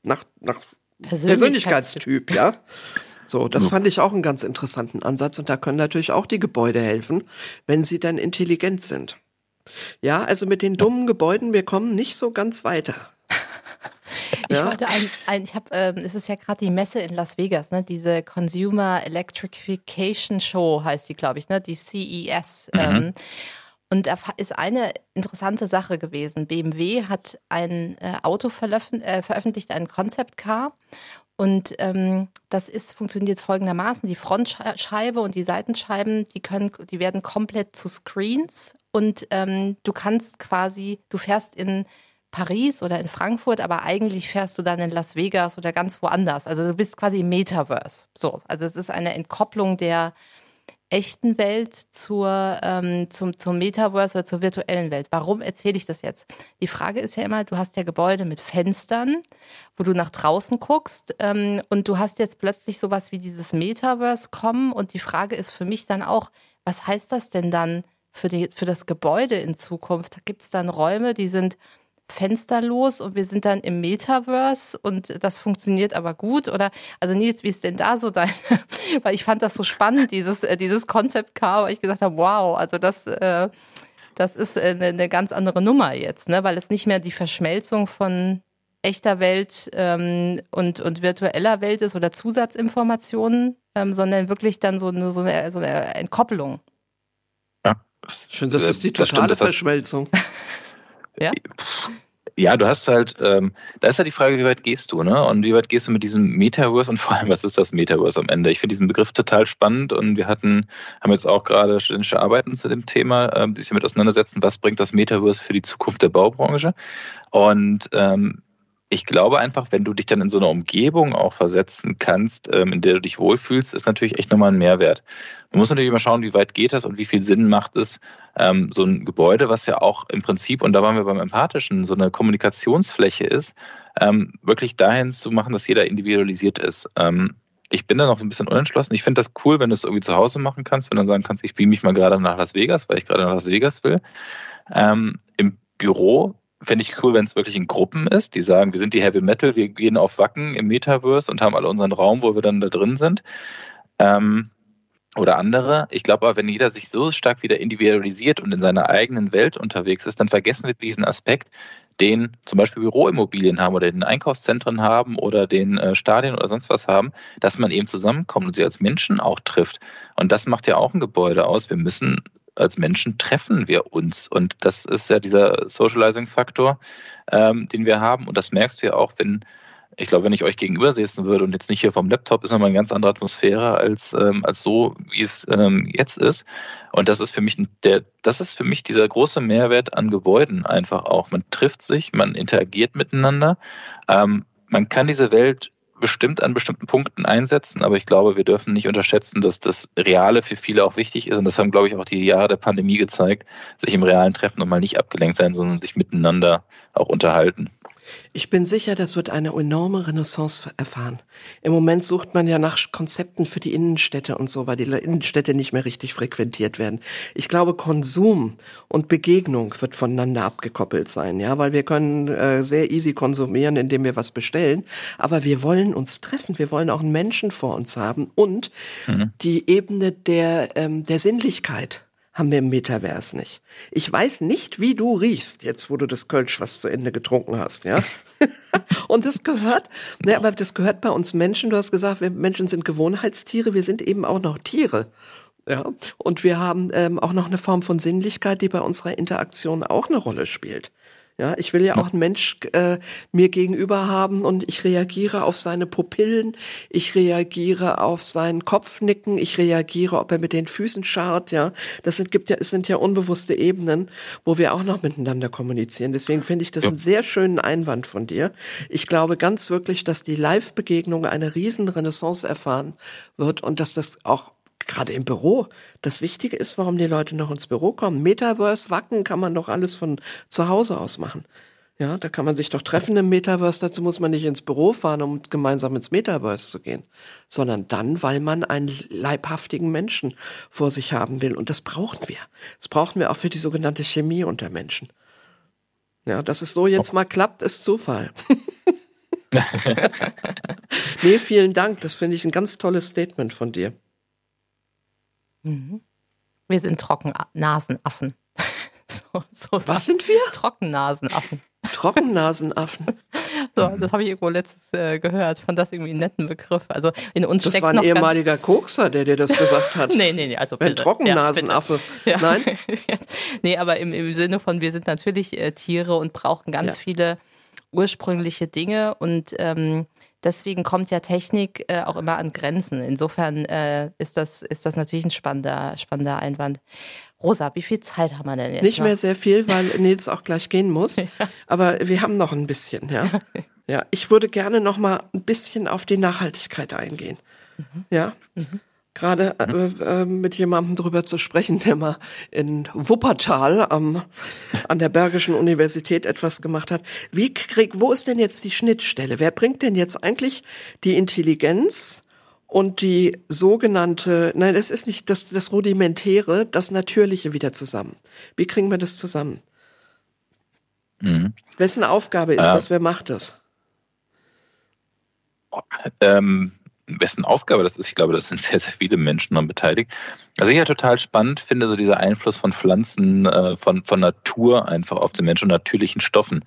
Persönlichkeitstyp, ja. So, das fand ich auch einen ganz interessanten Ansatz und da können natürlich auch die Gebäude helfen, wenn sie dann intelligent sind. Ja, also mit den dummen Gebäuden, wir kommen nicht so ganz weiter. Ich wollte es ist ja gerade die Messe in Las Vegas, ne? Diese Consumer Electrification Show heißt die, glaube ich, ne? Die CES. Und da ist eine interessante Sache gewesen. BMW hat ein Auto veröffentlicht, ein Concept Car. Und das funktioniert folgendermaßen: Die Frontscheibe und die Seitenscheiben, die werden komplett zu Screens. Und du fährst in Paris oder in Frankfurt, aber eigentlich fährst du dann in Las Vegas oder ganz woanders. Also du bist quasi im Metaverse. So, also es ist eine Entkopplung der echten Welt zum Metaverse oder zur virtuellen Welt. Warum erzähle ich das jetzt? Die Frage ist ja immer, du hast ja Gebäude mit Fenstern, wo du nach draußen guckst, und du hast jetzt plötzlich sowas wie dieses Metaverse kommen, und die Frage ist für mich dann auch, was heißt das denn dann für das Gebäude in Zukunft? Gibt es dann Räume, die sind fensterlos und wir sind dann im Metaverse und das funktioniert aber gut? Oder, also Nils, wie ist denn da so weil ich fand das so spannend, dieses Concept Car, weil ich gesagt habe, wow, also das ist eine ganz andere Nummer jetzt, ne? Weil es nicht mehr die Verschmelzung von echter Welt und virtueller Welt ist oder Zusatzinformationen, sondern wirklich dann so eine Entkoppelung. Ja. Schön, das ist die totale Verschmelzung. Ja? Ja, du hast halt, da ist ja die Frage, wie weit gehst du, ne? Und wie weit gehst du mit diesem Metaverse und vor allem, was ist das Metaverse am Ende? Ich finde diesen Begriff total spannend und wir haben jetzt auch gerade studentische Arbeiten zu dem Thema, die sich damit auseinandersetzen, was bringt das Metaverse für die Zukunft der Baubranche? Und ich glaube einfach, wenn du dich dann in so eine Umgebung auch versetzen kannst, in der du dich wohlfühlst, ist natürlich echt nochmal ein Mehrwert. Man muss natürlich immer schauen, wie weit geht das und wie viel Sinn macht es, so ein Gebäude, was ja auch im Prinzip, und da waren wir beim Empathischen, so eine Kommunikationsfläche ist, wirklich dahin zu machen, dass jeder individualisiert ist. Ich bin da noch so ein bisschen unentschlossen. Ich finde das cool, wenn du es irgendwie zu Hause machen kannst, wenn du dann sagen kannst, ich beame mich mal gerade nach Las Vegas, weil ich gerade nach Las Vegas will. Im Büro fände ich cool, wenn es wirklich in Gruppen ist, die sagen, wir sind die Heavy Metal, wir gehen auf Wacken im Metaverse und haben alle unseren Raum, wo wir dann da drin sind. Oder andere. Ich glaube aber, wenn jeder sich so stark wieder individualisiert und in seiner eigenen Welt unterwegs ist, dann vergessen wir diesen Aspekt, den zum Beispiel Büroimmobilien haben oder den Einkaufszentren haben oder den Stadien oder sonst was haben, dass man eben zusammenkommt und sie als Menschen auch trifft. Und das macht ja auch ein Gebäude aus. Wir müssen als Menschen treffen wir uns. Und das ist ja dieser Socializing-Faktor, den wir haben. Und das merkst du ja auch, wenn ich euch gegenüber sitzen würde und jetzt nicht hier vom Laptop, ist nochmal eine ganz andere Atmosphäre als so, wie es jetzt ist. Und das ist für mich dieser große Mehrwert an Gebäuden einfach auch. Man trifft sich, man interagiert miteinander. Man kann diese Welt bestimmt an bestimmten Punkten einsetzen, aber ich glaube, wir dürfen nicht unterschätzen, dass das Reale für viele auch wichtig ist und das haben, glaube ich, auch die Jahre der Pandemie gezeigt, sich im realen Treffen und mal nicht abgelenkt sein, sondern sich miteinander auch unterhalten. Ich bin sicher, das wird eine enorme Renaissance erfahren. Im Moment sucht man ja nach Konzepten für die Innenstädte und so, weil die Innenstädte nicht mehr richtig frequentiert werden. Ich glaube, Konsum und Begegnung wird voneinander abgekoppelt sein, ja, weil wir können sehr easy konsumieren, indem wir was bestellen, aber wir wollen uns treffen, wir wollen auch einen Menschen vor uns haben und die Ebene der Sinnlichkeit haben wir im Metaverse nicht. Ich weiß nicht, wie du riechst, jetzt wo du das Kölsch was zu Ende getrunken hast, ja. Und das gehört, aber das gehört bei uns Menschen. Du hast gesagt, wir Menschen sind Gewohnheitstiere, wir sind eben auch noch Tiere. Ja. Und wir haben auch noch eine Form von Sinnlichkeit, die bei unserer Interaktion auch eine Rolle spielt. Ja, ich will ja auch einen Mensch mir gegenüber haben und ich reagiere auf seine Pupillen, ich reagiere auf sein Kopfnicken, ich reagiere, ob er mit den Füßen scharrt, ja. Es sind ja unbewusste Ebenen, wo wir auch noch miteinander kommunizieren. Deswegen finde ich das einen sehr schönen Einwand von dir. Ich glaube ganz wirklich, dass die Live-Begegnung eine riesen Renaissance erfahren wird und dass das auch gerade im Büro das Wichtige ist, warum die Leute noch ins Büro kommen. Metaverse, Wacken kann man doch alles von zu Hause aus machen. Ja, da kann man sich doch treffen im Metaverse. Dazu muss man nicht ins Büro fahren, um gemeinsam ins Metaverse zu gehen, sondern dann, weil man einen leibhaftigen Menschen vor sich haben will. Und das brauchen wir. Das brauchen wir auch für die sogenannte Chemie unter Menschen. Ja, dass es so jetzt mal klappt, ist Zufall. Nee, vielen Dank. Das finde ich ein ganz tolles Statement von dir. Wir sind Trockennasenaffen. Was sind wir? Trockennasenaffen. Trockennasenaffen. So, das habe ich irgendwo letztens gehört. Fand das irgendwie einen netten Begriff. Also in uns das steckt war ein noch ehemaliger Kokser, der dir das gesagt hat. Nee, also ein Trockennasenaffe. Ja, Nein? Nee, aber im Sinne von, wir sind natürlich Tiere und brauchen ganz viele ursprüngliche Dinge und deswegen kommt ja Technik auch immer an Grenzen. Insofern ist das natürlich ein spannender Einwand. Rosa, wie viel Zeit haben wir denn jetzt? Nicht mehr sehr viel, weil Nils auch gleich gehen muss. Ja. Aber wir haben noch ein bisschen, ja. Ja, ich würde gerne noch mal ein bisschen auf die Nachhaltigkeit eingehen. Ja. Gerade mit jemandem drüber zu sprechen, der mal in Wuppertal an der Bergischen Universität etwas gemacht hat. Wo ist denn jetzt die Schnittstelle? Wer bringt denn jetzt eigentlich die Intelligenz und die sogenannte, nein, es ist nicht das Rudimentäre, das Natürliche wieder zusammen? Wie kriegen wir das zusammen? Wessen Aufgabe ist das? Wer macht das? Wessen Aufgabe das ist, ich glaube, das sind sehr, sehr viele Menschen daran beteiligt. Was ich ja total spannend finde, so dieser Einfluss von Pflanzen, von Natur einfach auf den Menschen und natürlichen Stoffen.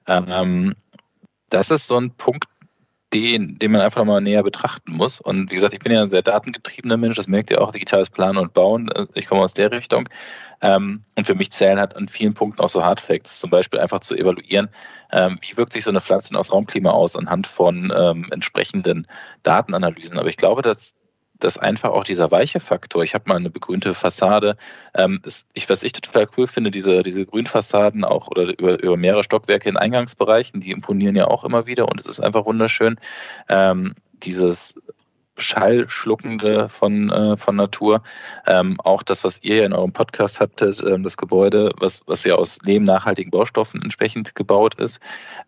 Das ist so ein Punkt, den man einfach nochmal näher betrachten muss. Und wie gesagt, ich bin ja ein sehr datengetriebener Mensch, das merkt ihr auch, digitales Planen und Bauen. Ich komme aus der Richtung. Und für mich zählen halt an vielen Punkten auch so Hardfacts, zum Beispiel einfach zu evaluieren, wie wirkt sich so eine Pflanze aufs Raumklima aus anhand von entsprechenden Datenanalysen. Aber ich glaube, dass einfach auch dieser weiche Faktor, ich habe mal eine begrünte Fassade, was ich total cool finde, diese Grünfassaden auch oder über mehrere Stockwerke in Eingangsbereichen, die imponieren ja auch immer wieder und es ist einfach wunderschön, dieses Schallschluckende von Natur, auch das, was ihr ja in eurem Podcast hattet, das Gebäude, was ja aus nachhaltigen Baustoffen entsprechend gebaut ist,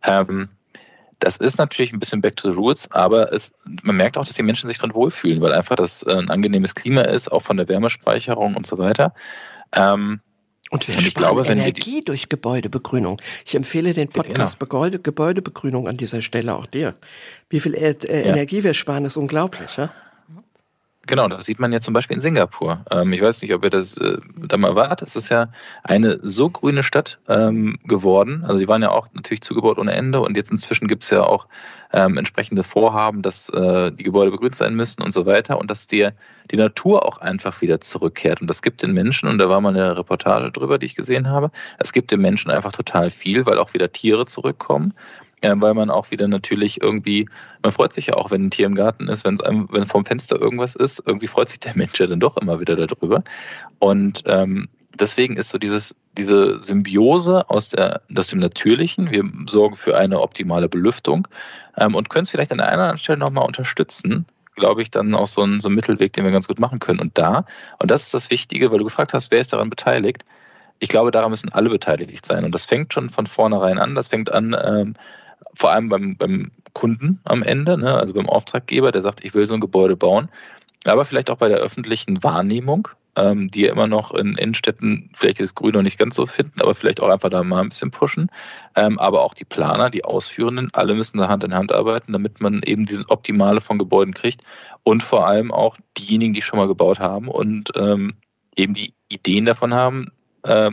das ist natürlich ein bisschen back to the roots, aber man merkt auch, dass die Menschen sich drin wohlfühlen, weil einfach das ein angenehmes Klima ist, auch von der Wärmespeicherung und so weiter. Und wir sparen Energie durch Gebäudebegrünung. Ich empfehle den Podcast Gebäudebegrünung an dieser Stelle auch dir. Wie viel Energie wir sparen, ist unglaublich, ja? Genau, das sieht man ja zum Beispiel in Singapur. Ich weiß nicht, ob ihr das da mal wart. Es ist ja eine so grüne Stadt geworden. Also die waren ja auch natürlich zugebaut ohne Ende und jetzt inzwischen gibt es ja auch entsprechende Vorhaben, dass die Gebäude begrünt sein müssen und so weiter und dass die Natur auch einfach wieder zurückkehrt. Und das gibt den Menschen, und da war mal eine Reportage drüber, die ich gesehen habe, es gibt den Menschen einfach total viel, weil auch wieder Tiere zurückkommen. Weil man auch wieder natürlich irgendwie, man freut sich ja auch, wenn ein Tier im Garten ist, wenn vorm Fenster irgendwas ist, irgendwie freut sich der Mensch ja dann doch immer wieder darüber. Und deswegen ist so diese Symbiose aus dem Natürlichen, wir sorgen für eine optimale Belüftung und können es vielleicht an der einen oder anderen Stelle nochmal unterstützen, glaube ich, dann auch so ein Mittelweg, den wir ganz gut machen können. Und das ist das Wichtige, weil du gefragt hast, wer ist daran beteiligt? Ich glaube, daran müssen alle beteiligt sein. Und das fängt schon von vornherein an. Das fängt an, vor allem beim Kunden am Ende, ne? Also beim Auftraggeber, der sagt, ich will so ein Gebäude bauen. Aber vielleicht auch bei der öffentlichen Wahrnehmung, die ja immer noch in Innenstädten vielleicht das Grün noch nicht ganz so finden, aber vielleicht auch einfach da mal ein bisschen pushen. Aber auch die Planer, die Ausführenden, alle müssen da Hand in Hand arbeiten, damit man eben diesen Optimale von Gebäuden kriegt. Und vor allem auch diejenigen, die schon mal gebaut haben und eben die Ideen davon haben,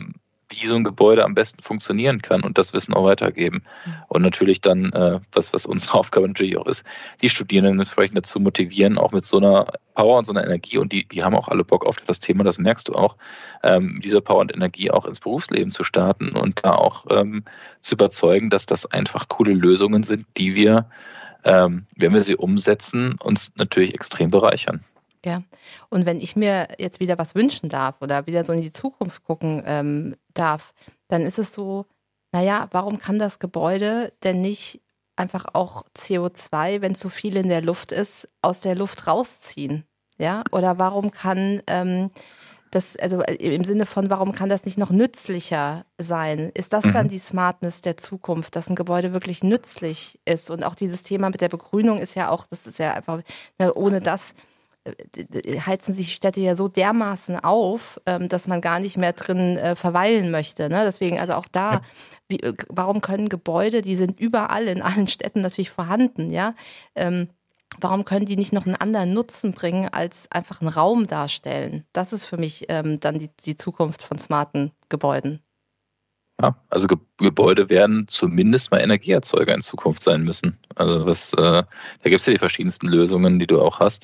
wie so ein Gebäude am besten funktionieren kann und das Wissen auch weitergeben. Und natürlich dann, was unsere Aufgabe natürlich auch ist, die Studierenden entsprechend dazu motivieren, auch mit so einer Power und so einer Energie, und die haben auch alle Bock auf das Thema, das merkst du auch, diese Power und Energie auch ins Berufsleben zu starten und da auch zu überzeugen, dass das einfach coole Lösungen sind, die wir, wenn wir sie umsetzen, uns natürlich extrem bereichern. Ja, und wenn ich mir jetzt wieder was wünschen darf oder wieder so in die Zukunft gucken darf, dann ist es so, naja, warum kann das Gebäude denn nicht einfach auch CO2, wenn zu viel in der Luft ist, aus der Luft rausziehen? Ja, oder warum kann das, also im Sinne von, warum kann das nicht noch nützlicher sein? Ist das dann die Smartness der Zukunft, dass ein Gebäude wirklich nützlich ist? Und auch dieses Thema mit der Begrünung ist ja auch, das ist ja einfach, ohne das heizen sich Städte ja so dermaßen auf, dass man gar nicht mehr drin verweilen möchte. Ne? Deswegen, also auch da, warum können Gebäude, die sind überall in allen Städten natürlich vorhanden, ja? Warum können die nicht noch einen anderen Nutzen bringen, als einfach einen Raum darstellen? Das ist für mich dann die Zukunft von smarten Gebäuden. Ja, also Gebäude werden zumindest mal Energieerzeuger in Zukunft sein müssen. Also da gibt es ja die verschiedensten Lösungen, die du auch hast.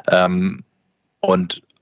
Und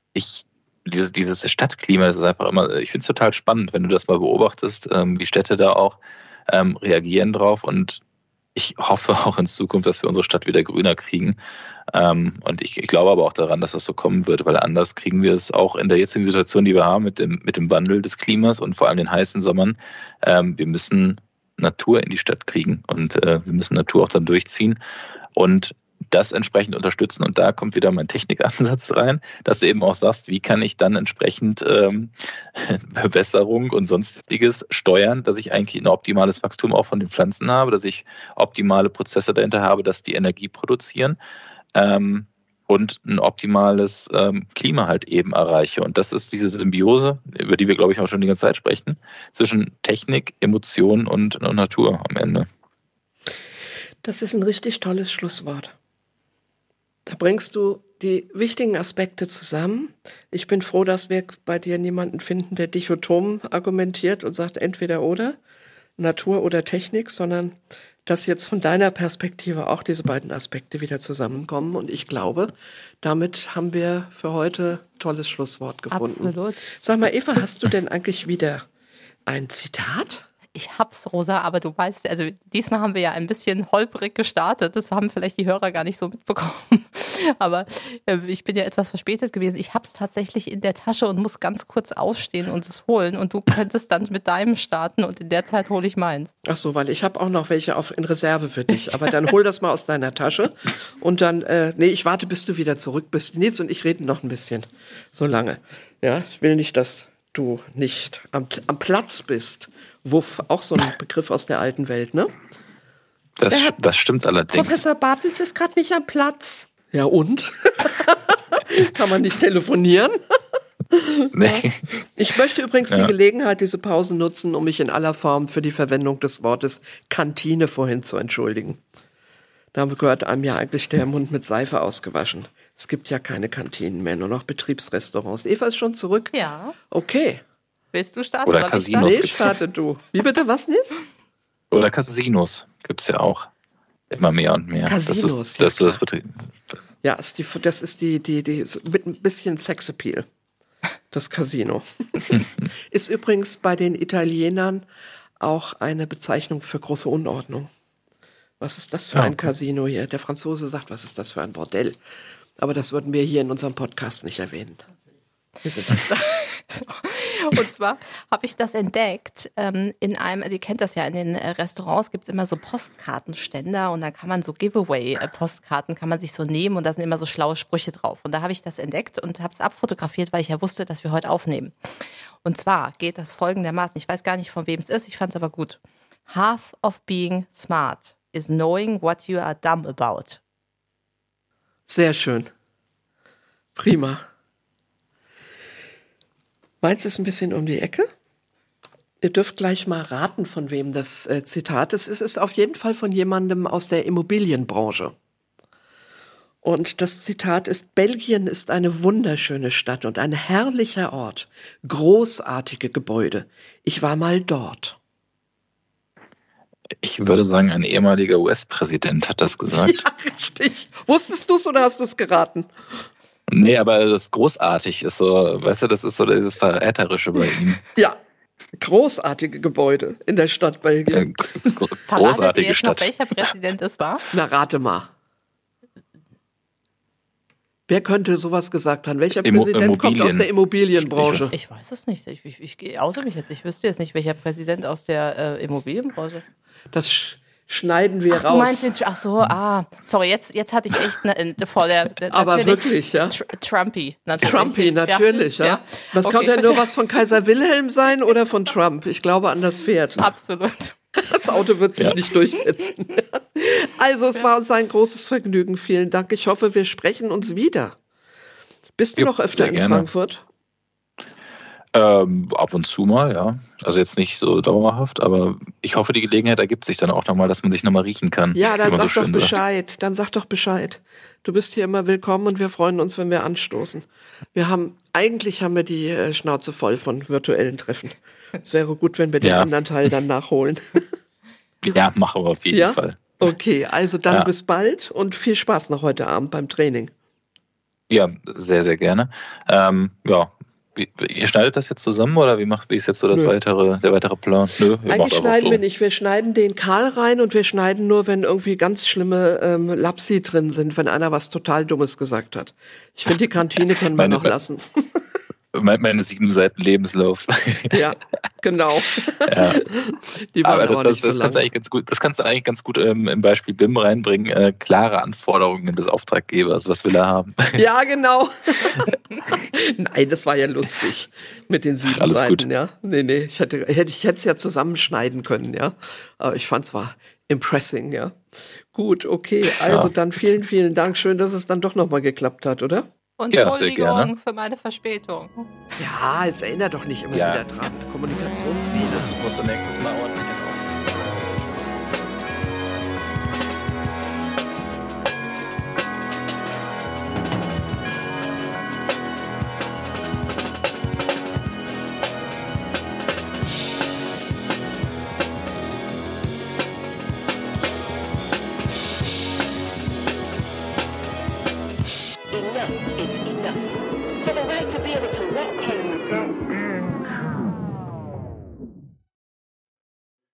dieses Stadtklima, das ist einfach immer, ich finde es total spannend, wenn du das mal beobachtest, wie Städte da auch reagieren drauf. Und ich hoffe auch in Zukunft, dass wir unsere Stadt wieder grüner kriegen. Und ich glaube aber auch daran, dass das so kommen wird, weil anders kriegen wir es auch in der jetzigen Situation, die wir haben, mit dem Wandel des Klimas und vor allem den heißen Sommern. Wir müssen Natur in die Stadt kriegen und wir müssen Natur auch dann durchziehen und das entsprechend unterstützen. Und da kommt wieder mein Technikansatz rein, dass du eben auch sagst, wie kann ich dann entsprechend Bewässerung und Sonstiges steuern, dass ich eigentlich ein optimales Wachstum auch von den Pflanzen habe, dass ich optimale Prozesse dahinter habe, dass die Energie produzieren und ein optimales Klima halt eben erreiche. Und das ist diese Symbiose, über die wir, glaube ich, auch schon die ganze Zeit sprechen, zwischen Technik, Emotion und Natur am Ende. Das ist ein richtig tolles Schlusswort. Da bringst du die wichtigen Aspekte zusammen. Ich bin froh, dass wir bei dir niemanden finden, der dichotom argumentiert und sagt entweder oder, Natur oder Technik, sondern dass jetzt von deiner Perspektive auch diese beiden Aspekte wieder zusammenkommen. Und ich glaube, damit haben wir für heute ein tolles Schlusswort gefunden. Absolut. Sag mal, Eva, hast du denn eigentlich wieder ein Zitat? Ich hab's, Rosa, aber du weißt, also diesmal haben wir ja ein bisschen holprig gestartet. Das haben vielleicht die Hörer gar nicht so mitbekommen. Aber ich bin ja etwas verspätet gewesen. Ich hab's tatsächlich in der Tasche und muss ganz kurz aufstehen und es holen. Und du könntest dann mit deinem starten und in der Zeit hole ich meins. Ach so, weil ich habe auch noch welche in Reserve für dich. Aber dann hol das mal aus deiner Tasche. Und dann, ich warte, bis du wieder zurück bist. Nils und ich reden noch ein bisschen. So lange. Ja, ich will nicht, dass du nicht am Platz bist. Wuff, auch so ein Begriff aus der alten Welt, ne? Das stimmt allerdings. Professor Bartels ist gerade nicht am Platz. Ja und? Kann man nicht telefonieren? Nee. Ich möchte übrigens die Gelegenheit, diese Pause nutzen, um mich in aller Form für die Verwendung des Wortes Kantine vorhin zu entschuldigen. Da gehört einem ja eigentlich der Mund mit Seife ausgewaschen. Es gibt ja keine Kantinen mehr, nur noch Betriebsrestaurants. Eva ist schon zurück? Ja. Okay. Willst du starten? Oder Casinos. Nee, starte du. Wie bitte, was, Nils? Oder Casinos gibt es ja auch. Immer mehr und mehr. Casinos, das ist Betrieb. Ja, das ist die mit ein bisschen Sexappeal. Das Casino. Ist übrigens bei den Italienern auch eine Bezeichnung für große Unordnung. Was ist das für ein Casino hier? Der Franzose sagt, was ist das für ein Bordell? Aber das würden wir hier in unserem Podcast nicht erwähnen. Wir sind Und zwar habe ich das entdeckt in einem, also ihr kennt das ja, in den Restaurants gibt es immer so Postkartenständer und da kann man so Giveaway-Postkarten kann man sich so nehmen und da sind immer so schlaue Sprüche drauf. Und da habe ich das entdeckt und habe es abfotografiert, weil ich ja wusste, dass wir heute aufnehmen. Und zwar geht das folgendermaßen, ich weiß gar nicht, von wem es ist, ich fand es aber gut. Half of being smart is knowing what you are dumb about. Sehr schön. Prima. Meins ist ein bisschen um die Ecke. Ihr dürft gleich mal raten, von wem das Zitat ist. Es ist auf jeden Fall von jemandem aus der Immobilienbranche. Und das Zitat ist: Belgien ist eine wunderschöne Stadt und ein herrlicher Ort. Großartige Gebäude. Ich war mal dort. Ich würde sagen, ein ehemaliger US-Präsident hat das gesagt. Ja, richtig. Wusstest du es oder hast du es geraten? Nee, aber das großartig ist so, weißt du, das ist so dieses Verräterische bei ihm. Ja, großartige Gebäude in der Stadt Belgien. Großartige jetzt Stadt. noch, welcher Präsident es war? Na, rate mal. Wer könnte sowas gesagt haben? Welcher Präsident kommt aus der Immobilienbranche? Ich weiß es nicht. Ich oute mich jetzt. Ich wüsste jetzt nicht, welcher Präsident aus der Immobilienbranche. Das schneiden wir raus. Du meinst den, sorry, jetzt hatte ich echt vor der aber wirklich, ja. Trumpy, natürlich. Trumpy, natürlich, ja. Was kann denn nur was von Kaiser Wilhelm sein oder von Trump? Ich glaube an das Pferd. Absolut. Das Auto wird sich nicht durchsetzen. Also, es war uns ein großes Vergnügen. Vielen Dank. Ich hoffe, wir sprechen uns wieder. Bist du noch öfter in Frankfurt? Ab und zu mal, ja. Also jetzt nicht so dauerhaft, aber ich hoffe, die Gelegenheit ergibt sich dann auch nochmal, dass man sich nochmal riechen kann. Ja, dann sag doch Bescheid. Dann sag doch Bescheid. Du bist hier immer willkommen und wir freuen uns, wenn wir anstoßen. Eigentlich haben wir die Schnauze voll von virtuellen Treffen. Es wäre gut, wenn wir den anderen Teil dann nachholen. Ja, machen wir auf jeden Fall. Okay, also dann bis bald und viel Spaß noch heute Abend beim Training. Ja, sehr, sehr gerne. Ihr schneidet das jetzt zusammen oder wie ist jetzt so der weitere Plan? Nö, eigentlich schneiden wir nicht. Wir schneiden den Karl rein und wir schneiden nur, wenn irgendwie ganz schlimme Lapsi drin sind, wenn einer was total Dummes gesagt hat. Ich finde, die Kantine können wir noch lassen. Meine 7 Seiten Lebenslauf. Ja, genau. Ja. Die waren aber nicht so lang. Das kannst du eigentlich ganz gut im Beispiel BIM reinbringen. Klare Anforderungen des Auftraggebers. Was will er haben? Ja, genau. Nein, das war ja lustig mit den 7 Alles Seiten. gut. Ja. Nee, ich hätte es ja zusammenschneiden können, ja. Aber ich fand es war impressing, ja. Gut, okay. Also dann vielen, vielen Dank. Schön, dass es dann doch nochmal geklappt hat, oder? Und Ja, Entschuldigung für meine Verspätung. Ja, jetzt erinnert doch nicht immer wieder dran. Kommunikationsfehler. Das musst du nächstes Mal ordentlich hinaus. Enough is enough.